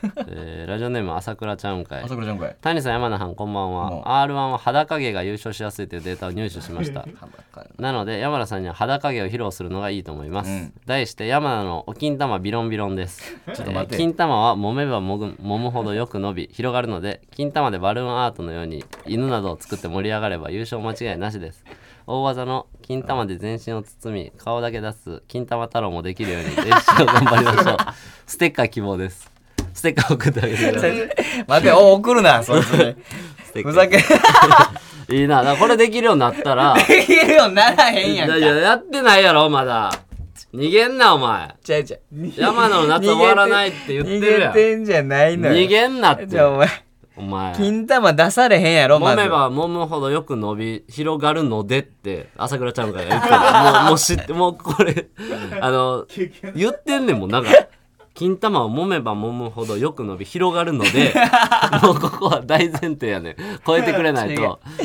[SPEAKER 2] えー、ラジオネーム朝倉ちゃうんかい。
[SPEAKER 3] 朝倉ちゃうんかい。
[SPEAKER 2] 谷さん山名藩こんばんは。 アールワン は裸毛が優勝しやすいというデータを入手しましたなので山名さんには裸毛を披露するのがいいと思います、うん、題して山名のお金玉ビロンビロンです。ちょっと待って、えー、金玉は揉めばもぐ揉むほどよく伸び広がるので金玉でバルーンアートのように犬などを作って盛り上がれば優勝間違いなしです。大技の金玉で全身を包み顔だけ出す金玉太郎もできるように練習を頑張りましょうステッカー希望です。ステッカー送ってあげてください
[SPEAKER 3] 待ってお送るなそいつにふざけ
[SPEAKER 2] いいな。だからこれできるようになったら
[SPEAKER 3] できるようにならへんやんか。
[SPEAKER 2] いややってないやろまだ。逃げんなお前。
[SPEAKER 3] ちゃうちゃう
[SPEAKER 2] 山野の夏終わらないって言ってるやん。
[SPEAKER 3] 逃げてんじゃないのよ。
[SPEAKER 2] 逃げんなって。
[SPEAKER 3] じゃあお前お前金玉出されへんやろ。
[SPEAKER 2] 揉めば揉むほどよく伸び広がるのでって朝倉ちゃんが言ってるもう、もう知ってもうこれあの言ってんねんもんなんか金玉を揉めば揉むほどよく伸び広がるのでもうここは大前提やねん超えてくれないと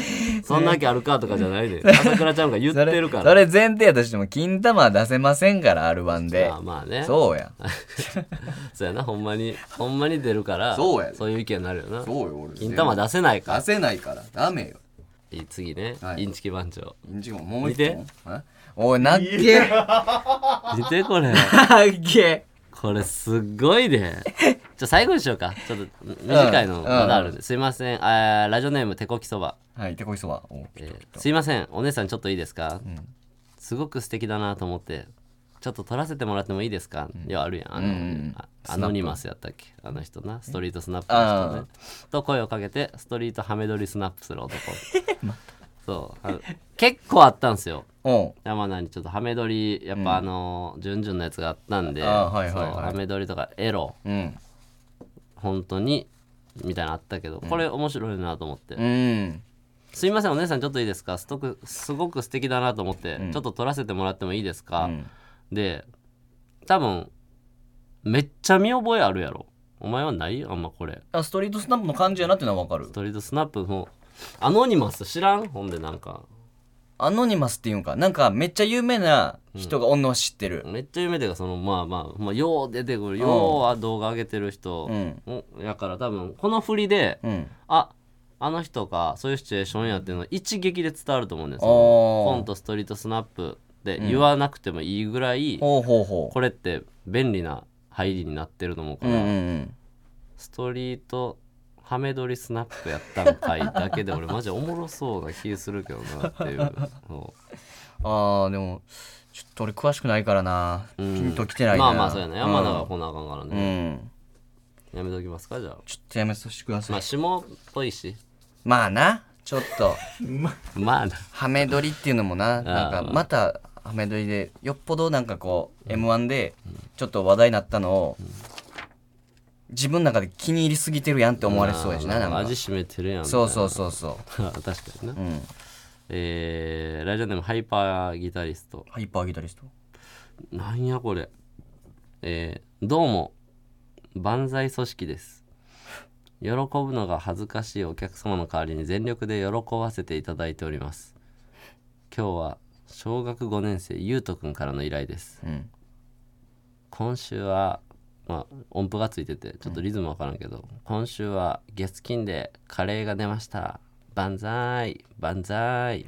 [SPEAKER 2] そんなわけあるかとかじゃないで朝倉ちゃんが言ってるから
[SPEAKER 3] それそれ前提やとしても金玉は出せませんから アールワン で
[SPEAKER 2] あまあね
[SPEAKER 3] そうや
[SPEAKER 2] そうやなほんまにほんまに出るから
[SPEAKER 3] そうや
[SPEAKER 2] そういう意見になるよな
[SPEAKER 3] そうよ俺
[SPEAKER 2] 金玉出せないから
[SPEAKER 3] 出せないからダメよ
[SPEAKER 2] いい次ね、
[SPEAKER 3] はい
[SPEAKER 2] インチキ番長
[SPEAKER 3] インチキもう一
[SPEAKER 2] 見て
[SPEAKER 3] 本えおいなっけ
[SPEAKER 2] 見てこれ
[SPEAKER 3] なっけ
[SPEAKER 2] これすっごいでじゃあ最後にしようかちょっと短いのまだあるんで、すいませんあラジオネーム手こきそば、
[SPEAKER 3] はい手こいそば
[SPEAKER 2] えーすいませんお姉さんちょっといいですか、うん、すごく素敵だなと思ってちょっと撮らせてもらってもいいですか、うん、いやあるやんあの、うん、あアノニマスやったっけあの人なストリートスナップの人ねと声をかけてストリートハメ撮りスナップする男そうあの結構あったんすよ山名にちょっとハメ撮りやっぱあのー、ジュンジュンのやつがあったんで、はいはいはい、ハメ撮りとかエロ、うん、本当にみたいなのあったけど、うん、これ面白いなと思って、うん、すいませんお姉さんちょっといいですかすごくすごく素敵だなと思って、うん、ちょっと撮らせてもらってもいいですか、うん、で多分めっちゃ見覚えあるやろお前はないあんまこれ
[SPEAKER 3] あストリートスナップの感じやなってのは分かる
[SPEAKER 2] ストリートスナップもアノニマス知らんほんでなんか
[SPEAKER 3] アノニマスっていうんかなんかめっちゃ有名な人がおんのは知ってる、
[SPEAKER 2] うん、めっちゃ有名でかそのまあまあ、まあ、よう出てくるようは動画上げてる人、うん、やから多分この振りで、うん、ああの人かそういうシチュエーションやっていうの一撃で伝わると思うんですよコントストリートスナップで言わなくてもいいぐらい、うん、これって便利な入りになってると思うから、うんうんうん、ストリートハメ撮りスナップやったんかいだけで俺マジおもろそうな気するけどなっていう
[SPEAKER 3] あーでもちょっと俺詳しくないからな、うん、ピンときてないな
[SPEAKER 2] まあまあそうやね山田が来なあかんからね、うん、やめときますかじゃあ
[SPEAKER 3] ちょっとやめさせてください
[SPEAKER 2] まあ下っぽいし
[SPEAKER 3] まあなちょっと
[SPEAKER 2] まあな
[SPEAKER 3] ハメ撮りっていうのもななんかまたハメ撮りでよっぽどなんかこう、うん、エムワン でちょっと話題になったのを、うん自分の中で気に入りすぎてるやんって思われそうやしな、なんか
[SPEAKER 2] 味しめてるやん
[SPEAKER 3] そうそうそうそう
[SPEAKER 2] 確かにな、うん、えー、ラジオネームハイパーギタリスト
[SPEAKER 3] ハイパーギタリスト
[SPEAKER 2] なんやこれえー、どうも万歳組織です喜ぶのが恥ずかしいお客様の代わりに全力で喜ばせていただいております今日は小学ごねん生ゆうとくんからの依頼です、うん、今週はまあ、音符がついててちょっとリズムわからんけど、うん、今週は月金でカレーが出ました万歳万歳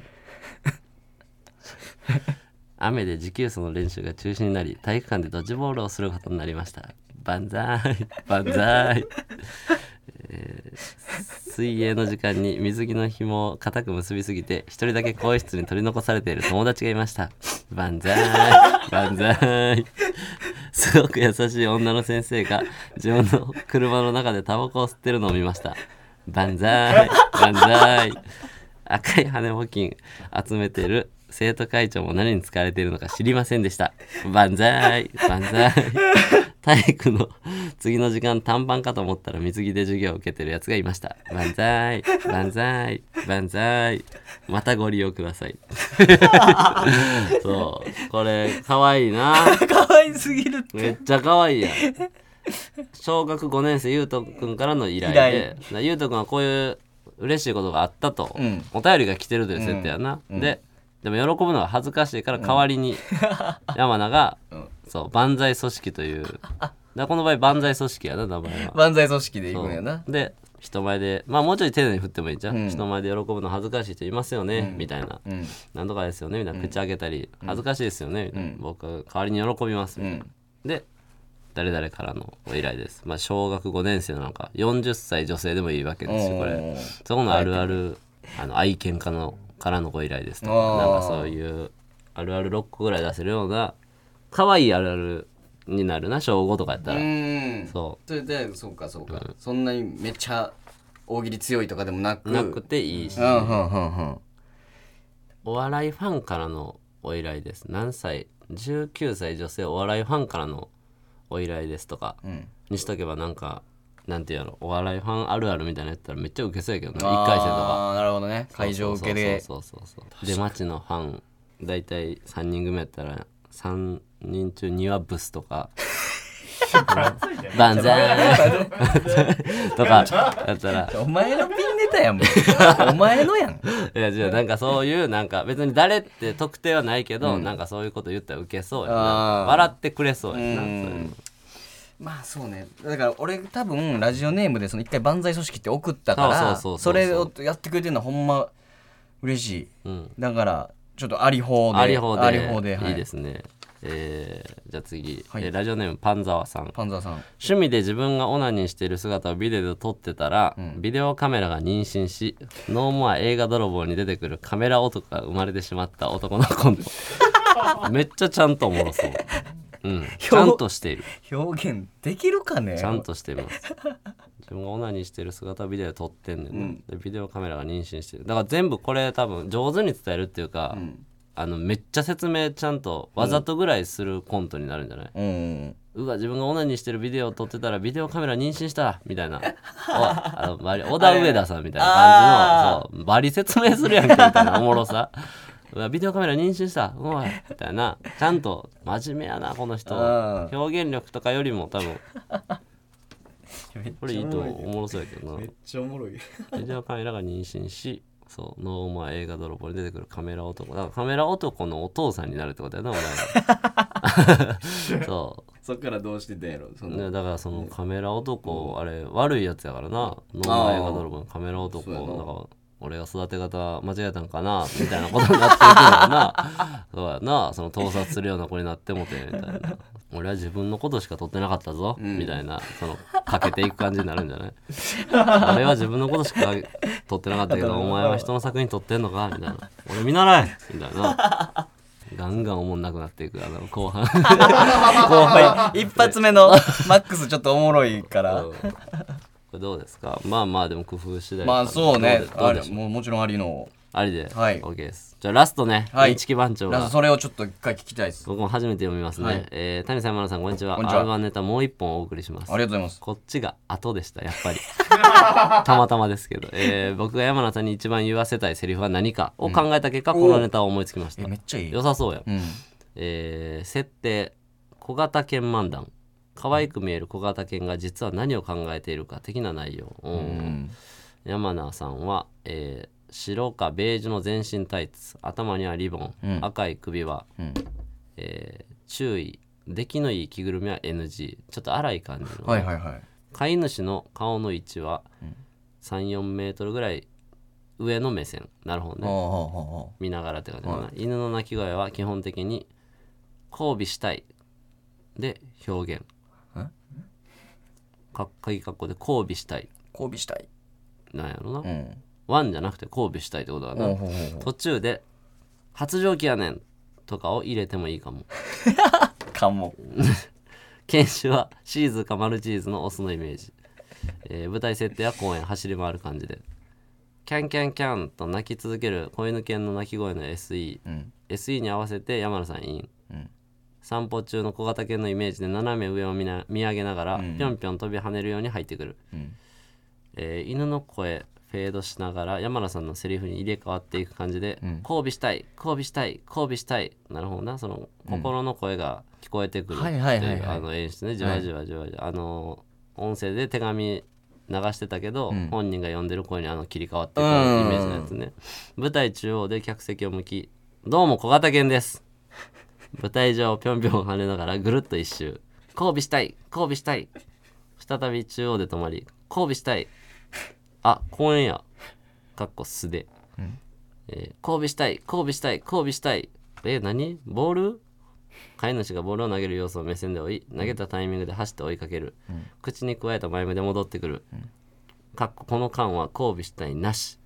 [SPEAKER 2] 雨で持久走の練習が中止になり体育館でドッジボールをすることになりました万歳万歳、えー、水泳の時間に水着の紐を固く結びすぎて一人だけ更衣室に取り残されている友達がいました万歳万歳すごく優しい女の先生が自分の車の中でタバコを吸ってるのを見ました万歳万歳赤い羽根募金集めてる生徒会長も何に使われているのか知りませんでした万歳万歳体育の次の時間短パンかと思ったら水着で授業を受けてるやつがいました万歳万歳万歳またご利用くださいそうこれかわいいな
[SPEAKER 3] かわいすぎるって
[SPEAKER 2] めっちゃかわいいやん小学ごねん生ゆうとくんからの依頼でゆうとくんはこういう嬉しいことがあったと、うん、お便りが来てるという設定やな、うん、ででも喜ぶのが恥ずかしいから代わりに山名が、うん、そう万歳組織というだこの場合万歳組織やな名前は
[SPEAKER 3] 万歳組織でいくんやな
[SPEAKER 2] で人前でまあもうちょい丁寧に振ってもいいじゃん、うん、人前で喜ぶの恥ずかしい人いますよね、うん、みたいな、うん、なんとかですよねみたいな口開けたり、うん、恥ずかしいですよねみたいな、うん、僕は代わりに喜びますみたいな、うん、で誰々からのお依頼です、まあ、小学ごねん生のなんかよんじゅっさい女性でもいいわけですよこれそこのあるあるあの愛犬家のからのご依頼ですとかなんかそういうあるあるろっこぐらい出せるような可愛いあるあるになるな小ごとかやったらうんそう
[SPEAKER 3] それでそうかそうか、うん、そんなにめっちゃ大喜利強いとかでもなく
[SPEAKER 2] なくていいし、うんうんうんうん、お笑いファンからのお依頼です何歳じゅうきゅうさい女性お笑いファンからのお依頼ですとか、うん、にしとけばなんかなんていうのお笑いファンあるあるみたいなやったらめっちゃウケそうやけどないっかい戦とか
[SPEAKER 3] あなるほどね会場受けで
[SPEAKER 2] そうそうそうそう出待ちのファンだいたいさんにん組やったらさんにん中にはブスとか万歳とかやったら
[SPEAKER 3] お前のピンネたやんもうお前のやん。
[SPEAKER 2] いやじゃあなんかそういうなんか別に誰って特定はないけど、うん、なんかそういうこと言ったらウケそうやな、笑ってくれそうやな、うん、
[SPEAKER 3] まあそうね。だから俺多分ラジオネームでその一回万歳組織って送ったからそれをやってくれてるのはほんま嬉しい、うん、だからちょっとありほうで
[SPEAKER 2] ありほうで、
[SPEAKER 3] ありほうで、はい、
[SPEAKER 2] いいですね。えー、じゃあ次、はい、えー、ラジオネームパンザワさん。
[SPEAKER 3] パンザワさん。
[SPEAKER 2] 趣味で自分がオナニーしている姿をビデオで撮ってたら、うん、ビデオカメラが妊娠しノーモア映画泥棒に出てくるカメラ男が生まれてしまった男のコントめっちゃちゃんとおもろそう、うん、ちゃんとしている。
[SPEAKER 3] 表現できるかね。
[SPEAKER 2] ちゃんとしてます自分がオナニーしてる姿をビデオで撮ってんねん、ね、うん、でビデオカメラが妊娠してる。だから全部これ多分上手に伝えるっていうか、うん、あのめっちゃ説明ちゃんとわざとぐらいするコントになるんじゃない、うん、うわ自分がオナニーしてるビデオを撮ってたらビデオカメラ妊娠したみたいなあの小田上田さんみたいな感じのそうバリ説明するやんけみたいなおもろさうわビデオカメラ妊娠したおいみたいなちゃんと真面目やなこの人表現力とかよりも多分これいいとおもろそうやけどな。
[SPEAKER 3] めっちゃおもろい
[SPEAKER 2] ビデオカメラが妊娠しそうノーマー映画泥棒に出てくるカメラ男だからカメラ男のお父さんになるってことやな俺はそう
[SPEAKER 3] そっからどうしてたんやろその、
[SPEAKER 2] ね、だからそのカメラ男、うん、あれ悪いやつやからなノーマー映画泥棒のカメラ男だから俺が育て方間違えたんかなみたいなことになっていくのかなそうやなその盗撮するような子になってもてみたいな俺は自分のことしか撮ってなかったぞ、うん、みたいなそのかけていく感じになるんじゃない俺は自分のことしか撮ってなかったけどお前は人の作品撮ってんのかみたいな俺見習えみたいなガンガンおもんなくなっていくあの後半後
[SPEAKER 3] 半一発目のマックスちょっとおもろいから
[SPEAKER 2] これどうですか。まあまあでも工夫次第
[SPEAKER 3] まあそうねあれもうもちろんありの
[SPEAKER 2] ありで、はい、OK です。じゃあラストね、はい、インチキ番長が
[SPEAKER 3] ラストそれをちょっと一回聞きたいです。
[SPEAKER 2] 僕も初めて読みますね、はい、えー、谷さん山田さんこんにちは。 アールワン ネタもう一本お送りします。
[SPEAKER 3] ありがとうございます。
[SPEAKER 2] こっちが後でしたやっぱりたまたまですけど、えー、僕が山田さんに一番言わせたいセリフは何かを考えた結果、うん、このネタを思いつきました。
[SPEAKER 3] えめっちゃいい
[SPEAKER 2] 良さそうや、うん、えー、設定小型犬漫談可愛く見える小型犬が実は何を考えているか的な内容、うんうん、山名さんは、えー、白かベージュの全身タイツ頭にはリボン、うん、赤い首輪、うんえー、注意出来のいい着ぐるみは エヌジー ちょっと荒い感じの、
[SPEAKER 3] はいはいはい、
[SPEAKER 2] 飼い主の顔の位置は さん,よん メートルぐらい上の目線なるほどね、はあ、見ながらって感じかな、はい、犬の鳴き声は基本的に交尾したいで表現かっかいかっこで交尾したい
[SPEAKER 3] 交尾したい
[SPEAKER 2] なんやろな、うん、ワンじゃなくて交尾したいってことだな、うん、途中で発情期やねんとかを入れてもいいかも
[SPEAKER 3] かも
[SPEAKER 2] 犬種はシーズかマルチーズのオスのイメージ、えー、舞台設定は公園走り回る感じでキャンキャンキャンと鳴き続ける子犬犬の鳴き声の エスイー、うん、エスイー に合わせて山野さんイン、うん散歩中の小型犬のイメージで斜め上を 見, な見上げながら、うん、ぴょんぴょん飛び跳ねるように入ってくる、うんえー、犬の声フェードしながら山田さんのセリフに入れ替わっていく感じで、うん、交尾したい交尾したい交尾したいなるほどなその心の声が聞こえてくるっていう演出ねじわじわじわじわ、はい、あの音声で手紙流してたけど、うん、本人が読んでる声にあの切り替わっていくイメージのやつね。舞台中央で客席を向きどうも小型犬です舞台上をぴょんぴょん跳ねながらぐるっと一周交尾したい交尾したい再び中央で止まり交尾したいあ公園やかっこ素で、うんえー、交尾したい交尾したい交尾したいえー、何ボール飼い主がボールを投げる様子を目線で追い投げたタイミングで走って追いかける、うん、口に加えた前目で戻ってくる、うん、かっここの間は交尾したいなし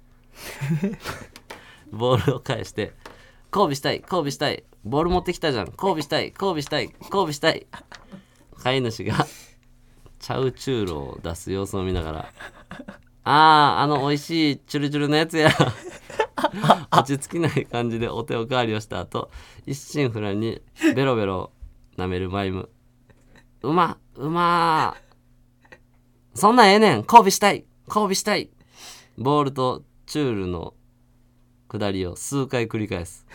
[SPEAKER 2] ボールを返して交尾したい交尾したいボール持ってきたじゃん交尾したい交尾したい交尾したい飼い主がチャウチュールを出す様子を見ながらあーあの美味しいチュルチュルのやつや落ち着きない感じでお手おかわりをした後一心不乱にベロベロ舐めるマイムうまうまそんなんええねん交尾したい交尾したいボールとチュールの下りを数回繰り返す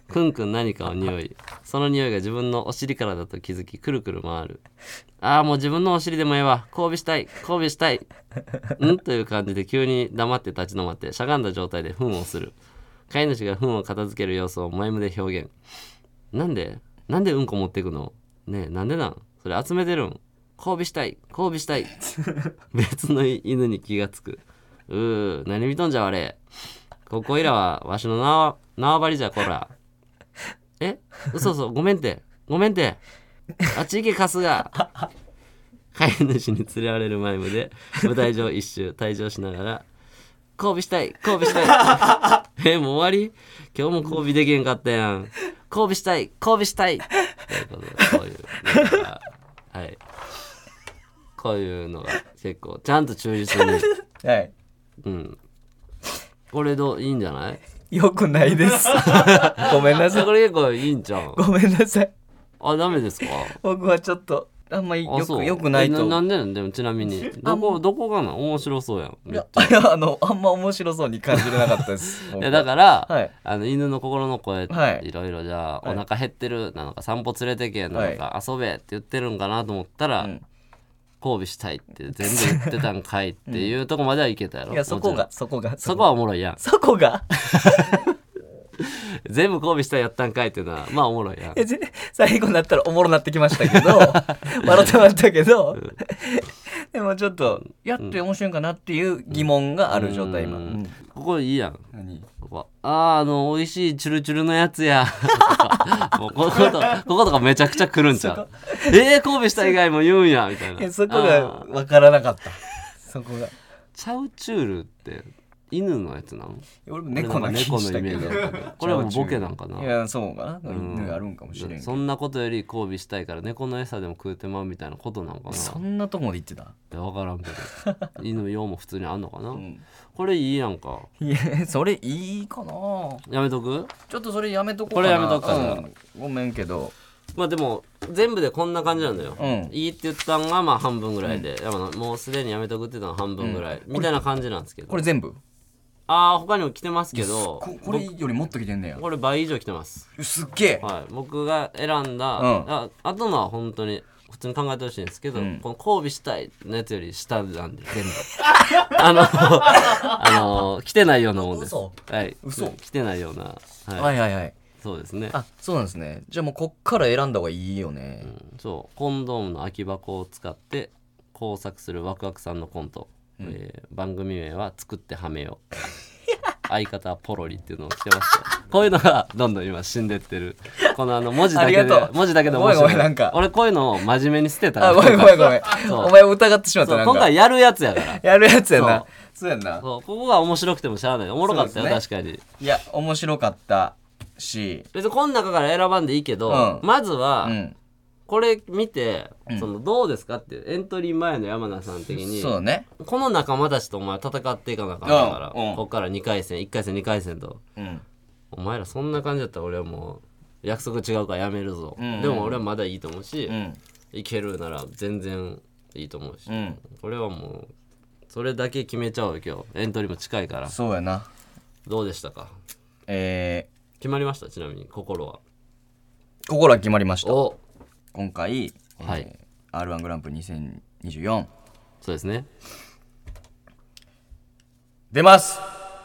[SPEAKER 2] くんくん何かを匂い、その匂いが自分のお尻からだと気づきくるくる回る。ああもう自分のお尻でもええわ、交尾したい交尾したいんという感じで急に黙って立ち止まってしゃがんだ状態で糞をする。飼い主が糞を片付ける様子をマイムで表現。なんでなんでうんこ持ってくのねえ、なんでなんそれ集めてるん、交尾したい交尾したい別の犬に気がつく。うー何見とんじゃあれ、ここいらはわしの縄縄張りじゃこら。え嘘嘘ごめんてごめんて、あっち行け春日。飼い主に連れられるマイムで舞台上一周退場しながら交尾したい交尾したいえもう終わり、今日も交尾できへんかったやん、交尾したい交尾したいということでこういうのがはいこういうのが結構ちゃんと忠実に
[SPEAKER 3] はい
[SPEAKER 2] うんこれどういいんじゃない？
[SPEAKER 3] よくないですごめんなさい
[SPEAKER 2] これ結構いいんちゃう？
[SPEAKER 3] ごめんなさい、
[SPEAKER 2] あダメですか？
[SPEAKER 3] 僕はちょっとあんまりよ
[SPEAKER 2] あそう
[SPEAKER 3] くよくないと。
[SPEAKER 2] えななんでなんでもちなみにどこどこがな面白そうやんめ
[SPEAKER 3] い
[SPEAKER 2] っちゃ。
[SPEAKER 3] やいやあのあんま面白そうに感じれなかったです
[SPEAKER 2] いやだから、
[SPEAKER 3] はい
[SPEAKER 2] あの犬の心の声、
[SPEAKER 3] はい
[SPEAKER 2] いろいろじゃあ、
[SPEAKER 3] はい
[SPEAKER 2] お腹減ってるなのか散歩連れてけなのか、遊べって言ってるんかなと思ったら、
[SPEAKER 3] うん
[SPEAKER 2] 交尾したいって全部言ってたんかいっていうとこまではいけたやろ。
[SPEAKER 3] いやそこ
[SPEAKER 2] もち
[SPEAKER 3] がそこが
[SPEAKER 2] ろんそこはおもろいやん。
[SPEAKER 3] そこが
[SPEAKER 2] 全部交尾したいやったんかいっていうのはまあおもろいやん。
[SPEAKER 3] えぜ最後になったらおもろなってきましたけど笑ってましたけど、でもちょっとやって面白いんかなっていう疑問がある状態今、
[SPEAKER 2] うん
[SPEAKER 3] うん
[SPEAKER 2] ここいいやん。
[SPEAKER 3] 何
[SPEAKER 2] ここあーあの美味しいチュルチュルのやつやもうこことこことかめちゃくちゃ来るんちゃうえー、交尾した以外も言うんやみたいな。
[SPEAKER 3] えそこが
[SPEAKER 2] あー
[SPEAKER 3] 分からなかったそこが
[SPEAKER 2] チャウチュールって犬のやつなの？
[SPEAKER 3] 俺も猫な気
[SPEAKER 2] 猫のイ
[SPEAKER 3] したけど
[SPEAKER 2] メージだったけどこれはもうボケなんかな。
[SPEAKER 3] いやそうかな、
[SPEAKER 2] ん
[SPEAKER 3] 犬あるんかもしれんけど
[SPEAKER 2] そんなことより交尾したいから猫の餌でも食うてまうみたいなことなんかな。
[SPEAKER 3] そんなとこまで言ってた、
[SPEAKER 2] いや分からんけど犬用も普通にあんのかな、
[SPEAKER 3] うん、
[SPEAKER 2] これいいやんか。
[SPEAKER 3] いやそれいいかな、
[SPEAKER 2] やめとく？
[SPEAKER 3] ちょっとそれやめとこうかな。
[SPEAKER 2] これやめとくかな、
[SPEAKER 3] うんごめんけど
[SPEAKER 2] まあでも全部でこんな感じなんだよ、
[SPEAKER 3] うん
[SPEAKER 2] いいって言ったんがまあ半分ぐらいで、やっぱもうすでにやめとくって言ったのが半分ぐらい、みたいな感じなんですけど、
[SPEAKER 3] これ全部
[SPEAKER 2] ああ他にも来てますけど
[SPEAKER 3] ここれよりもっと来てんねや
[SPEAKER 2] これ倍以上来てます。
[SPEAKER 3] すっげえ、
[SPEAKER 2] はい、僕が選んだ、
[SPEAKER 3] うん
[SPEAKER 2] ああとのは本当に普通に考えてほしいんですけど、
[SPEAKER 3] うん
[SPEAKER 2] この交尾したいのやつより下なんで全部あのあの来てないようなもんです。
[SPEAKER 3] 嘘
[SPEAKER 2] はい
[SPEAKER 3] 嘘
[SPEAKER 2] 来てないような、はい
[SPEAKER 3] はいはいはい
[SPEAKER 2] そうですね。
[SPEAKER 3] あそうなんですね。じゃあもうこっから選んだ方がいいよね、
[SPEAKER 2] うんそうコンドームの空き箱を使って工作するワクワクさんのコント、
[SPEAKER 3] うん
[SPEAKER 2] えー番組名は作ってはめよう相方はポロリっていうのを来てましたこういうのがどんどん今死んでってるこのあの文字だけで
[SPEAKER 3] ありがとう
[SPEAKER 2] 文字だけで面白い。
[SPEAKER 3] ごめんごめんなんか
[SPEAKER 2] 俺こういうのを真面目に捨てたら
[SPEAKER 3] あごめんごめんごめん
[SPEAKER 2] そう
[SPEAKER 3] お前を疑ってしまった
[SPEAKER 2] そう
[SPEAKER 3] なんか
[SPEAKER 2] 今回やるやつやから
[SPEAKER 3] やるやつやな
[SPEAKER 2] そう
[SPEAKER 3] そうやんな
[SPEAKER 2] そうここが面白くてもしゃあない。おもろかったよ、
[SPEAKER 3] そうです
[SPEAKER 2] 確かに。
[SPEAKER 3] いや面白かったし
[SPEAKER 2] 別にこの中から選ばんでいいけど、
[SPEAKER 3] うん
[SPEAKER 2] まずは、
[SPEAKER 3] うん
[SPEAKER 2] これ見て、
[SPEAKER 3] うん
[SPEAKER 2] そのどうですかってエントリー前の山名さん的に
[SPEAKER 3] そうね
[SPEAKER 2] この仲間たちとお前戦っていかなあかんだから、
[SPEAKER 3] うんうん
[SPEAKER 2] こっからにかい戦いっかい戦にかい戦と
[SPEAKER 3] うん
[SPEAKER 2] お前らそんな感じだったら俺はもう約束違うからやめるぞ、
[SPEAKER 3] うんうん
[SPEAKER 2] でも俺はまだいいと思うし、
[SPEAKER 3] うん
[SPEAKER 2] いけるなら全然いいと思うし、
[SPEAKER 3] うん
[SPEAKER 2] これはもうそれだけ決めちゃおうよ今日エントリーも近いから。
[SPEAKER 3] そうやな
[SPEAKER 2] どうでしたか？
[SPEAKER 3] え
[SPEAKER 2] 決まりました？ちなみに心は
[SPEAKER 3] ー、心は決まりました
[SPEAKER 2] お
[SPEAKER 3] 今回、
[SPEAKER 2] はい
[SPEAKER 3] えー、アールワン グランプリにせんにじゅうよん
[SPEAKER 2] そうですね
[SPEAKER 3] 出ます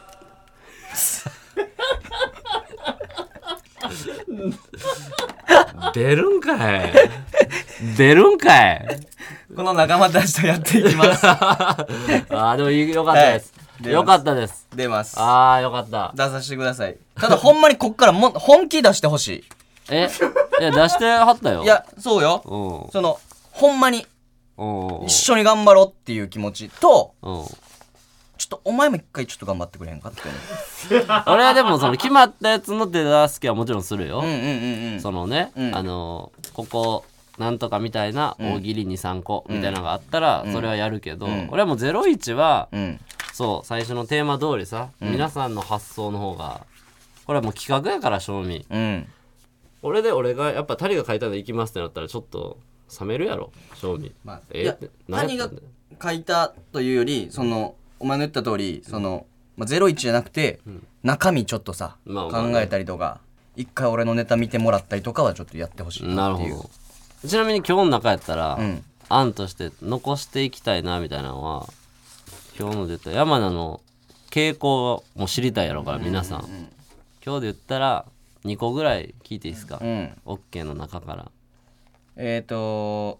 [SPEAKER 2] 出るんかい出るんかい
[SPEAKER 3] この仲間たちとやっていきます
[SPEAKER 2] あーでもいいよかったです、
[SPEAKER 3] はい
[SPEAKER 2] よかったです。
[SPEAKER 3] 出ます
[SPEAKER 2] あーよかった。
[SPEAKER 3] 出させてくださいただほんまにこっからも本気出してほし
[SPEAKER 2] えいや出してはったよ。
[SPEAKER 3] いいやそうよ
[SPEAKER 2] うん
[SPEAKER 3] そのほんまに
[SPEAKER 2] うん
[SPEAKER 3] 一緒に頑張ろうっていう気持ちと
[SPEAKER 2] うん
[SPEAKER 3] ちょっとお前も一回ちょっと頑張ってくれへんかって
[SPEAKER 2] 俺はでもその決まったやつの手助けはもちろんするよ、
[SPEAKER 3] うんうんうんうん
[SPEAKER 2] そのね、
[SPEAKER 3] うん
[SPEAKER 2] あのここなんとかみたいな
[SPEAKER 3] うん
[SPEAKER 2] 大喜利にさんこみたいなのがあったら
[SPEAKER 3] うん
[SPEAKER 2] それはやるけど、
[SPEAKER 3] うん
[SPEAKER 2] 俺はもうゼロイチは
[SPEAKER 3] うん
[SPEAKER 2] そう最初のテーマ通りさ、
[SPEAKER 3] うん
[SPEAKER 2] 皆さんの発想の方がこれはもう企画やから正味
[SPEAKER 3] うん
[SPEAKER 2] 俺で俺がやっぱ谷が書いたの行きますってなったらちょっと冷めるやろ正味、
[SPEAKER 3] まあいや
[SPEAKER 2] えって何やったんだよ
[SPEAKER 3] 書いたというよりそのお前の言った通りその、まあ、ゼロイチじゃなくて、
[SPEAKER 2] ん
[SPEAKER 3] 中身ちょっとさ、
[SPEAKER 2] まあまあね
[SPEAKER 3] 考えたりとか一回俺のネタ見てもらったりとかはちょっとやってほしい
[SPEAKER 2] なる
[SPEAKER 3] なっていう。
[SPEAKER 2] ほど。ちなみに今日の中やったら、
[SPEAKER 3] うん
[SPEAKER 2] 案として残していきたいなみたいなのは今日ので言ったら山名の傾向も知りたいやろから皆さん、今日で言ったらにこぐらい聞いていいですか、
[SPEAKER 3] うん
[SPEAKER 2] OK の中から。
[SPEAKER 3] えっ、ー、と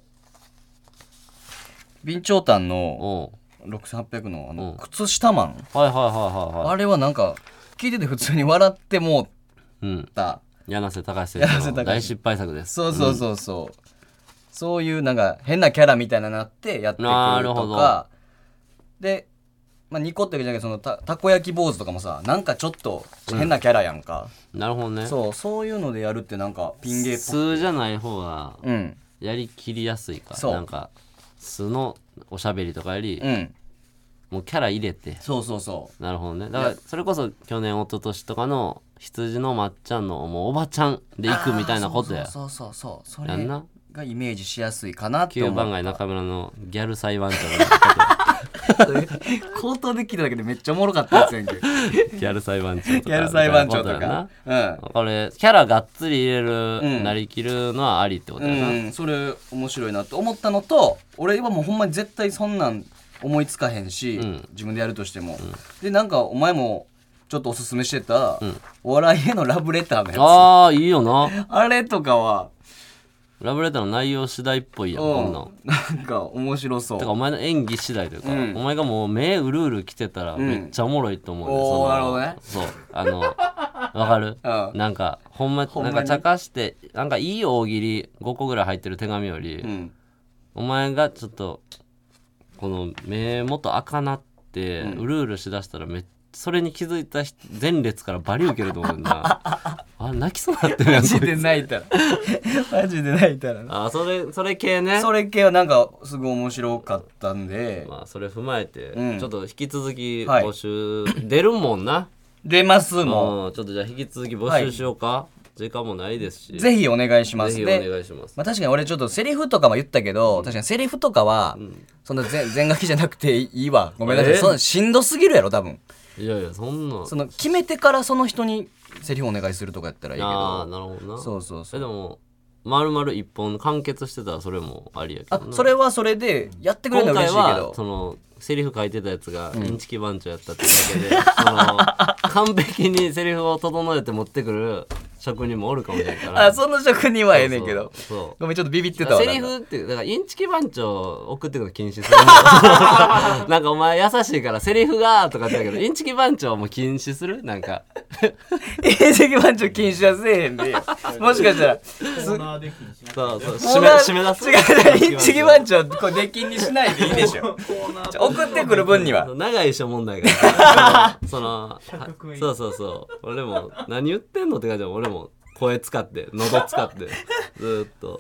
[SPEAKER 3] 備長炭の
[SPEAKER 2] おう
[SPEAKER 3] ろくせんはっぴゃくのあ
[SPEAKER 2] うん
[SPEAKER 3] の靴下マン、
[SPEAKER 2] はいはいはいはいはい。
[SPEAKER 3] あれはなんか聞いてて普通に笑っても
[SPEAKER 2] うん
[SPEAKER 3] うた。
[SPEAKER 2] 柳瀬隆史
[SPEAKER 3] 柳瀬隆
[SPEAKER 2] 先生の大失敗作です。
[SPEAKER 3] そうそうそうそう、そういうなんか変なキャラみたいなのなってやってくる
[SPEAKER 2] なるほど
[SPEAKER 3] とかで、まあ、ニコってわけじゃなくてその た, たこ焼き坊主とかもさなんかちょっと変なキャラやんか、
[SPEAKER 2] なるほどね。
[SPEAKER 3] そうそういうのでやるってなんかピン芸っぽ
[SPEAKER 2] 素じゃない方が
[SPEAKER 3] くうん
[SPEAKER 2] やりきりやすいか。
[SPEAKER 3] そう
[SPEAKER 2] なんか素のおしゃべりとかより、
[SPEAKER 3] うん
[SPEAKER 2] もうキャラ入れて。
[SPEAKER 3] そうそうそ
[SPEAKER 2] なるほどね。だからそれこそ去年一昨年とかの羊のまっちゃんのもうおばちゃんで行くみたいなことや。
[SPEAKER 3] そうそうそうそうそれ
[SPEAKER 2] やんな。
[SPEAKER 3] がイメージしやすいかなって
[SPEAKER 2] きゅう
[SPEAKER 3] 思う。
[SPEAKER 2] 番街中村のギャル裁判長の
[SPEAKER 3] 口頭で聞いただけでめっちゃおもろかったやつやんけ。
[SPEAKER 2] ギャル裁判長とか
[SPEAKER 3] ギャル裁判長と
[SPEAKER 2] みたいな
[SPEAKER 3] か
[SPEAKER 2] ことやな。これキャラがっつり入れる、
[SPEAKER 3] うん
[SPEAKER 2] なりきるのはありってこと
[SPEAKER 3] うん、
[SPEAKER 2] やな、
[SPEAKER 3] うん、それ面白いなって思ったのと、俺はもうほんまに絶対そんなん思いつかへんし、
[SPEAKER 2] うん
[SPEAKER 3] 自分でやるとしても、でなんかお前もちょっとおすすめしてた、
[SPEAKER 2] ん
[SPEAKER 3] お笑いへのラブレターのやつ、
[SPEAKER 2] ああいいよな。
[SPEAKER 3] あれとかは
[SPEAKER 2] ラブレターの内容次第っぽいやん、こんなん。
[SPEAKER 3] なんか面白そう。
[SPEAKER 2] てかお前の演技次第というか、
[SPEAKER 3] うん
[SPEAKER 2] お前がもう目うるうる来てたらめっちゃおもろいと思うね、
[SPEAKER 3] おー
[SPEAKER 2] その
[SPEAKER 3] なるほどね
[SPEAKER 2] そうあのわかる、
[SPEAKER 3] うん
[SPEAKER 2] なんかほんま
[SPEAKER 3] ほんまに
[SPEAKER 2] なんか茶化してなんかいい大喜利ごこぐらい入ってる手紙より、
[SPEAKER 3] うん
[SPEAKER 2] お前がちょっとこの目元赤なって、うるうるしだしたらめっそれに気づいた人前列からバリ受けると思うんだあ泣きそうになってるやん
[SPEAKER 3] マジで
[SPEAKER 2] こいつ
[SPEAKER 3] 泣いたらマジで泣いたらな。
[SPEAKER 2] あそれそれ系ね
[SPEAKER 3] それ系はなんかすごい面白かったんで、
[SPEAKER 2] まあそれ踏まえて、
[SPEAKER 3] うん
[SPEAKER 2] ちょっと引き続き
[SPEAKER 3] はい
[SPEAKER 2] 募集、出るもんな
[SPEAKER 3] 出ますも
[SPEAKER 2] うんちょっとじゃあ引き続き募集しようか、時間もないですし
[SPEAKER 3] ん。ぜひお願いします。
[SPEAKER 2] ぜひお
[SPEAKER 3] で
[SPEAKER 2] 願いします。
[SPEAKER 3] まあ、確かに俺ちょっとセリフとかも言ったけど、確かにセリフとかは、そんな全全書きじゃなくていいわ。ごめんなさい。
[SPEAKER 2] え
[SPEAKER 3] そんなしんどすぎるやろ、多分。
[SPEAKER 2] いやいやそんな
[SPEAKER 3] その決めてからその人にセリフお願いするとかやったらいいけ
[SPEAKER 2] ああ
[SPEAKER 3] ど。
[SPEAKER 2] なるほどな。
[SPEAKER 3] そうそうそう
[SPEAKER 2] えでも丸々一本完結してたらそれもありやけ
[SPEAKER 3] あ
[SPEAKER 2] どな。
[SPEAKER 3] それはそれでやってくれるのは
[SPEAKER 2] 今回
[SPEAKER 3] 嬉しいけど。
[SPEAKER 2] はそのセリフ書いてたやつがインチキ番長やったってだけで、その完璧にセリフを整えて持ってくる職人もおるかもしれんから。
[SPEAKER 3] あ、その職人はええねんけど。
[SPEAKER 2] そうそうそう
[SPEAKER 3] ごめん、ちょっとビビってたわ。
[SPEAKER 2] セリ
[SPEAKER 3] なんか
[SPEAKER 2] フってだからインチキ番長送ってくの禁止するなんかお前優しいからセリフがとかって言うけどインチキ番長も禁止するなんか
[SPEAKER 3] 隕石番長禁止はせえへんで。もしかしたら。
[SPEAKER 4] コーナーで禁止
[SPEAKER 2] そうそう
[SPEAKER 3] 締め
[SPEAKER 2] 締め締め出す
[SPEAKER 3] 違う、インチキ番長これ出禁にしないでいいでしょ。
[SPEAKER 4] コーナー
[SPEAKER 3] じゃあ送ってくる分には。
[SPEAKER 2] 長い書問題がその
[SPEAKER 4] ひゃくクイ
[SPEAKER 2] そうそうそう俺も何言ってんのって感じで俺も声使って喉使ってずーっと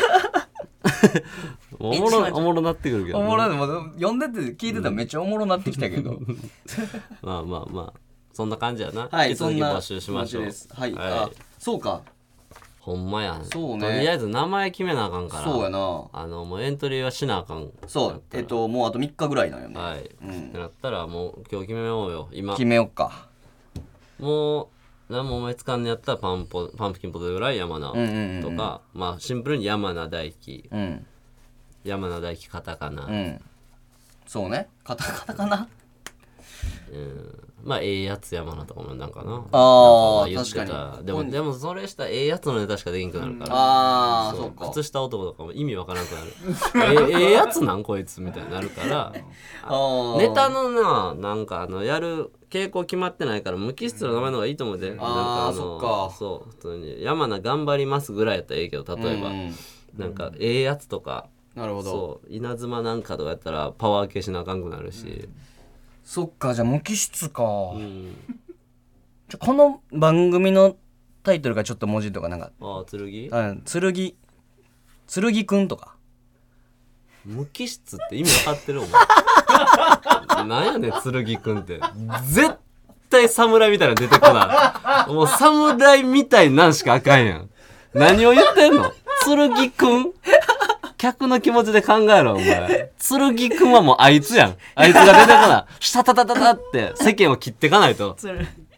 [SPEAKER 2] おもろおもろなってくるけどね、
[SPEAKER 3] おもろいもう読んでて聞いてたらめっちゃおもろなってきたけど。
[SPEAKER 2] まあまあまあそんな感じやな、
[SPEAKER 3] はい、
[SPEAKER 2] 引き
[SPEAKER 3] そんな
[SPEAKER 2] 続き募集しましょう
[SPEAKER 3] 気持ちです。はい、
[SPEAKER 2] はい
[SPEAKER 3] あ、そうか。
[SPEAKER 2] ほんまやん
[SPEAKER 3] そうね
[SPEAKER 2] とりあえず名前決めなあかんから
[SPEAKER 3] そうやな。
[SPEAKER 2] あのもうエントリーはしなあかん
[SPEAKER 3] そう、えっともうあとみっかぐらいなんよね。
[SPEAKER 2] はい、
[SPEAKER 3] うん
[SPEAKER 2] ってなったらもう今日決めようよ今
[SPEAKER 3] 決めよっか。
[SPEAKER 2] もう何も思いつかんのやったらパンポパンプキンポテトフライ山名
[SPEAKER 3] うんうんうんうん
[SPEAKER 2] とか、まあシンプルに山名大輝
[SPEAKER 3] うん
[SPEAKER 2] 山名大輝カタカナ、
[SPEAKER 3] うん。そうね。カタカタかな。
[SPEAKER 2] うんまあええやつ山名とかもなんかな
[SPEAKER 3] あー
[SPEAKER 2] なんか言ってた
[SPEAKER 3] 確かに
[SPEAKER 2] でもでもそれしたらええやつのネタしかできんくなるから、
[SPEAKER 3] ああ、
[SPEAKER 2] そ
[SPEAKER 3] そううか。
[SPEAKER 2] 靴下男とかも意味わからなくなるええええやつなんこいつみたいになるから
[SPEAKER 3] あー
[SPEAKER 2] ネタのななんかあのやる傾向決まってないから無機質の名前の方がいいと思うで、なんか
[SPEAKER 3] あー
[SPEAKER 2] の
[SPEAKER 3] そっか
[SPEAKER 2] そう普通に山名頑張りますぐらいやったらええけど例えば、
[SPEAKER 3] うん
[SPEAKER 2] なんかええやつとか
[SPEAKER 3] なるほど。
[SPEAKER 2] そう稲妻なんかとかやったらパワー系しなあかんくなるし、
[SPEAKER 3] そっか、じゃあ無機質か。
[SPEAKER 2] うん
[SPEAKER 3] じゃこの番組のタイトルがちょっと文字とかなんか、
[SPEAKER 2] ああ剣
[SPEAKER 3] うん、剣、剣くんとか。
[SPEAKER 2] 無機質って意味分かってるお前なんやねん剣くんって絶対侍みたいなの出てこないもう侍みたいなんしかあかんやん何を言ってんの剣くん客の気持ちで考えろお前剣くんはもうあいつやんあいつが出てこないシタタタタタって世間を切ってかないと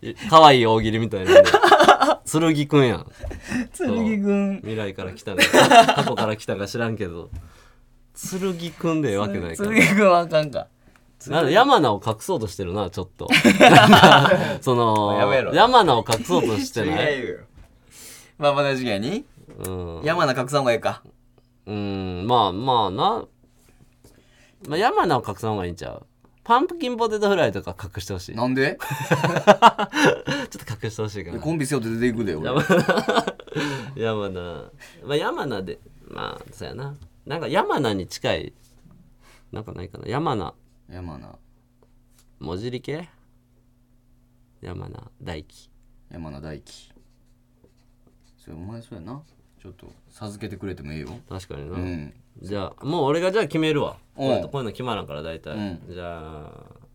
[SPEAKER 2] 可愛い大喜利みたいなんで剣くんやん
[SPEAKER 3] 剣くん
[SPEAKER 2] 未来から来たの過去から来たか知らんけど剣くんでええわけないから
[SPEAKER 3] 剣くんはあかんか
[SPEAKER 2] なんか山名を隠そうとしてるなちょっとなんかその
[SPEAKER 3] やめろ
[SPEAKER 2] 山名を隠そうとしてない
[SPEAKER 3] 違うよまあまだ次元に
[SPEAKER 2] うん
[SPEAKER 3] 山名隠さん方がいいか
[SPEAKER 2] うんまあまあな、まあ、山名を隠さん方がいいんちゃうパンプキンポテトフライとか隠してほしい
[SPEAKER 3] なんで
[SPEAKER 2] ちょっと隠してほしいかな
[SPEAKER 3] コンビ背負って出ていくで俺
[SPEAKER 2] 山名まあ山名でまあそうやななんか山名に近いなんかないかな山名
[SPEAKER 3] 山名
[SPEAKER 2] 文字り系山名大輝
[SPEAKER 3] 山名大輝それお前そうやなちょっと授けてくれてもいいよ
[SPEAKER 2] 確かにな、
[SPEAKER 3] うん
[SPEAKER 2] じゃあもう俺がじゃあ決めるわこういうの
[SPEAKER 3] うん
[SPEAKER 2] こういうの決まらんから大体、
[SPEAKER 3] うん
[SPEAKER 2] じゃあ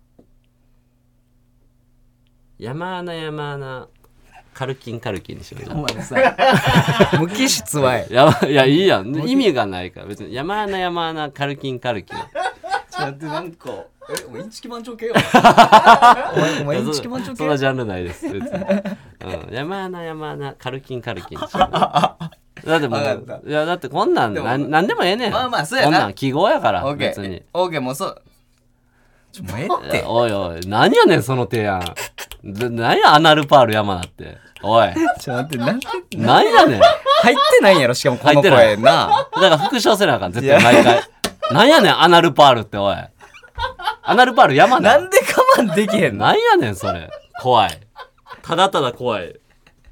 [SPEAKER 2] 山穴山穴カルキンカルキンにしようじゃ
[SPEAKER 3] お前さ無機質はい
[SPEAKER 2] あやいやいいやん意味がないから別に山穴山穴カルキンカルキン
[SPEAKER 3] ちょっと待ってなんかえお前インチキ番長系よお前お前インチキ番長系
[SPEAKER 2] そんなジャンルないです別に、うん、山穴山穴カルキンカルキンにしようだっても
[SPEAKER 3] わかった
[SPEAKER 2] ういやだってこんなん
[SPEAKER 3] でも
[SPEAKER 2] なんなんでもええねん
[SPEAKER 3] まあまあそうやな
[SPEAKER 2] こんなん記号やから
[SPEAKER 3] オッケ
[SPEAKER 2] 別に
[SPEAKER 3] ーオッケーもうそうちょもうええっ
[SPEAKER 2] いや
[SPEAKER 3] て
[SPEAKER 2] おいおい何やねんその提案で何やアナルパール山名っておい
[SPEAKER 3] ちょっと待ってなんで
[SPEAKER 2] 何やねん
[SPEAKER 3] 入ってないんやろしかもこの
[SPEAKER 2] 入ってない
[SPEAKER 3] 声な
[SPEAKER 2] だから復唱せなあかん絶対毎回何やねんアナルパールっておいアナルパール山名
[SPEAKER 3] なんで我慢できへんの
[SPEAKER 2] 何やねんそれ怖いただただ怖い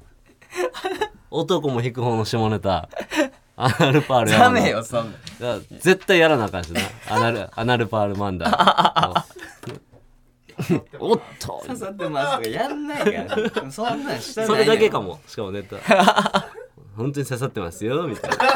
[SPEAKER 2] 男も引く方の下ネタアナルパール
[SPEAKER 3] ダ
[SPEAKER 2] 山名
[SPEAKER 3] メよそんな
[SPEAKER 2] だから絶対やらなあかんしなアナルアナルパールマンダおっと
[SPEAKER 3] 刺さってますとかやんないからそんなんしたない
[SPEAKER 2] それだけかもしかもネタ本当に刺さってますよみたいな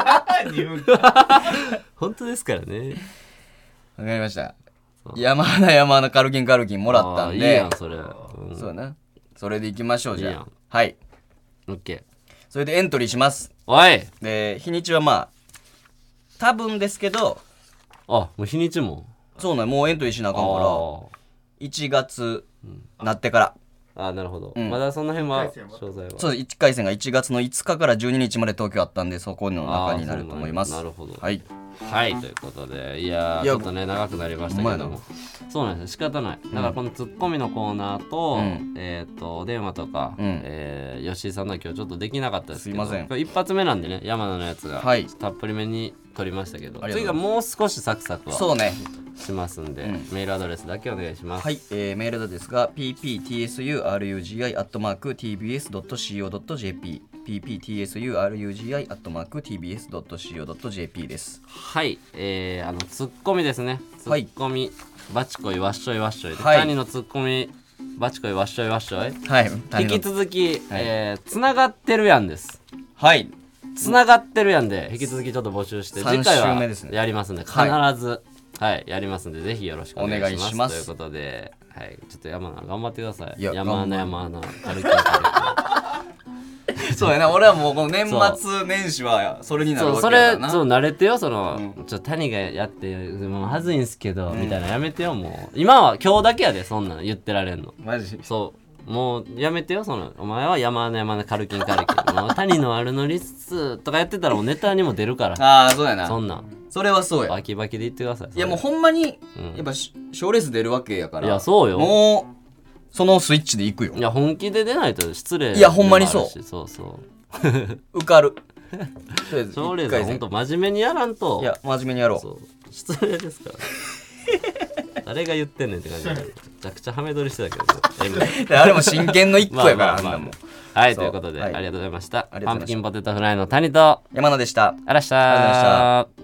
[SPEAKER 2] 本当ですからね
[SPEAKER 3] わかりました山穴山穴カルキンカルキンもらったん
[SPEAKER 2] あーいい
[SPEAKER 3] で
[SPEAKER 2] やんそれ、うん、
[SPEAKER 3] そうやなそれでいきましょうじゃあ
[SPEAKER 2] いいやん
[SPEAKER 3] はい
[SPEAKER 2] オッケー
[SPEAKER 3] それでエントリーします
[SPEAKER 2] おい
[SPEAKER 3] で日にちはまあ多分ですけど
[SPEAKER 2] あもう日にちも
[SPEAKER 3] そうなんもうエントリーしなあかんからいちがつなってから
[SPEAKER 2] ああなるほど、
[SPEAKER 3] うん
[SPEAKER 2] まだその辺は
[SPEAKER 1] 一回戦は
[SPEAKER 2] 詳細は
[SPEAKER 3] そういっかい戦がいちがつのいつかからじゅうににちまで東京あったんでそこの中になると思います
[SPEAKER 2] あーそうなんやなるほど
[SPEAKER 3] はい
[SPEAKER 2] はいということでいやー
[SPEAKER 3] いや
[SPEAKER 2] ちょっとね長くなりましたけどもそうなんですよ仕方ないだからこのツッコミのコーナーと、
[SPEAKER 3] うん
[SPEAKER 2] えっ、とお電話とか、
[SPEAKER 3] うん
[SPEAKER 2] えー吉井さんのは今日ちょっとできなかったですけど
[SPEAKER 3] すいません
[SPEAKER 2] これ一発目なんでね山名のやつが、
[SPEAKER 3] はい
[SPEAKER 2] たっぷりめに取りましたけど
[SPEAKER 3] ありがとうございます
[SPEAKER 2] 次がもう少しサクサクは
[SPEAKER 3] そうね
[SPEAKER 2] しますんで、
[SPEAKER 3] うん
[SPEAKER 2] メールアドレスだけお願いします
[SPEAKER 3] はい、えー、メールアドレスが ピーピーティーエスユーアールユージーアイ アットマーク ティービーエスドットシーオードットジェーピー ピーピーティーエスユーアールユージーアイ アットマーク ティービーエスドットシーオードットジェーピー です
[SPEAKER 2] はい、えー、あのツッコミですねツ
[SPEAKER 3] はい
[SPEAKER 2] ッコミ、バチコイワッショイワッショイで、
[SPEAKER 3] はい
[SPEAKER 2] 谷のツッコミバチコイワッショイワッショイ
[SPEAKER 3] はい
[SPEAKER 2] 引き続き、えー、つながってるやんです
[SPEAKER 3] はい
[SPEAKER 2] つながってるやんで引き続きちょっと募集して
[SPEAKER 3] さん
[SPEAKER 2] 次回は
[SPEAKER 3] 週目ですね
[SPEAKER 2] やりますんで必
[SPEAKER 3] はい
[SPEAKER 2] ずはい、やりますんでぜひよろしくお願いします
[SPEAKER 3] お願いします
[SPEAKER 2] ということで、はい、ちょっと山名頑張ってください
[SPEAKER 3] いや
[SPEAKER 2] 山穴
[SPEAKER 3] 頑
[SPEAKER 2] 山穴カルキンカ
[SPEAKER 3] そうやな俺はもうこの年末年始はそれに
[SPEAKER 2] ルキン
[SPEAKER 3] なる
[SPEAKER 2] そうそれ
[SPEAKER 3] わけやからな
[SPEAKER 2] そう慣れてよその、
[SPEAKER 3] うん
[SPEAKER 2] ちょっと谷がやってもうはずいんすけど、みたいなやめてよもう今は今日だけやでそんなん言ってられんの
[SPEAKER 3] マジ
[SPEAKER 2] そうもうやめてよそのお前は山穴山穴カルキンカルキンもう谷のあるのリスとかやってたらもうネタにも出るから
[SPEAKER 3] ああそうやな
[SPEAKER 2] そんなん
[SPEAKER 3] それはそうや
[SPEAKER 2] バキバキで言ってください
[SPEAKER 3] いやもうほんまに
[SPEAKER 2] うん
[SPEAKER 3] やっぱ賞レース出るわけやから
[SPEAKER 2] いやそうよ
[SPEAKER 3] もうそのスイッチでいくよ
[SPEAKER 2] いや本気で出ないと失礼
[SPEAKER 3] いやほんまにそう
[SPEAKER 2] でもあるしそうそう
[SPEAKER 3] 受かるとりあえず
[SPEAKER 2] 賞レー
[SPEAKER 3] 一回戦
[SPEAKER 2] スはほんと真面目にやらんと
[SPEAKER 3] いや真面目にやろう
[SPEAKER 2] そう失礼ですから誰が言ってんねんって感じでめちゃくちゃハメ撮りしてたけどね
[SPEAKER 3] いやあれも真剣の一個やからあん
[SPEAKER 2] まあまあまあ
[SPEAKER 3] なもん
[SPEAKER 2] はい
[SPEAKER 3] そう
[SPEAKER 2] ということで、
[SPEAKER 3] はい
[SPEAKER 2] ありがとうございました
[SPEAKER 3] ありがとうございました
[SPEAKER 2] パンプキンポテトフライの谷と
[SPEAKER 3] 山名でした
[SPEAKER 2] あらした
[SPEAKER 3] ありがとうございました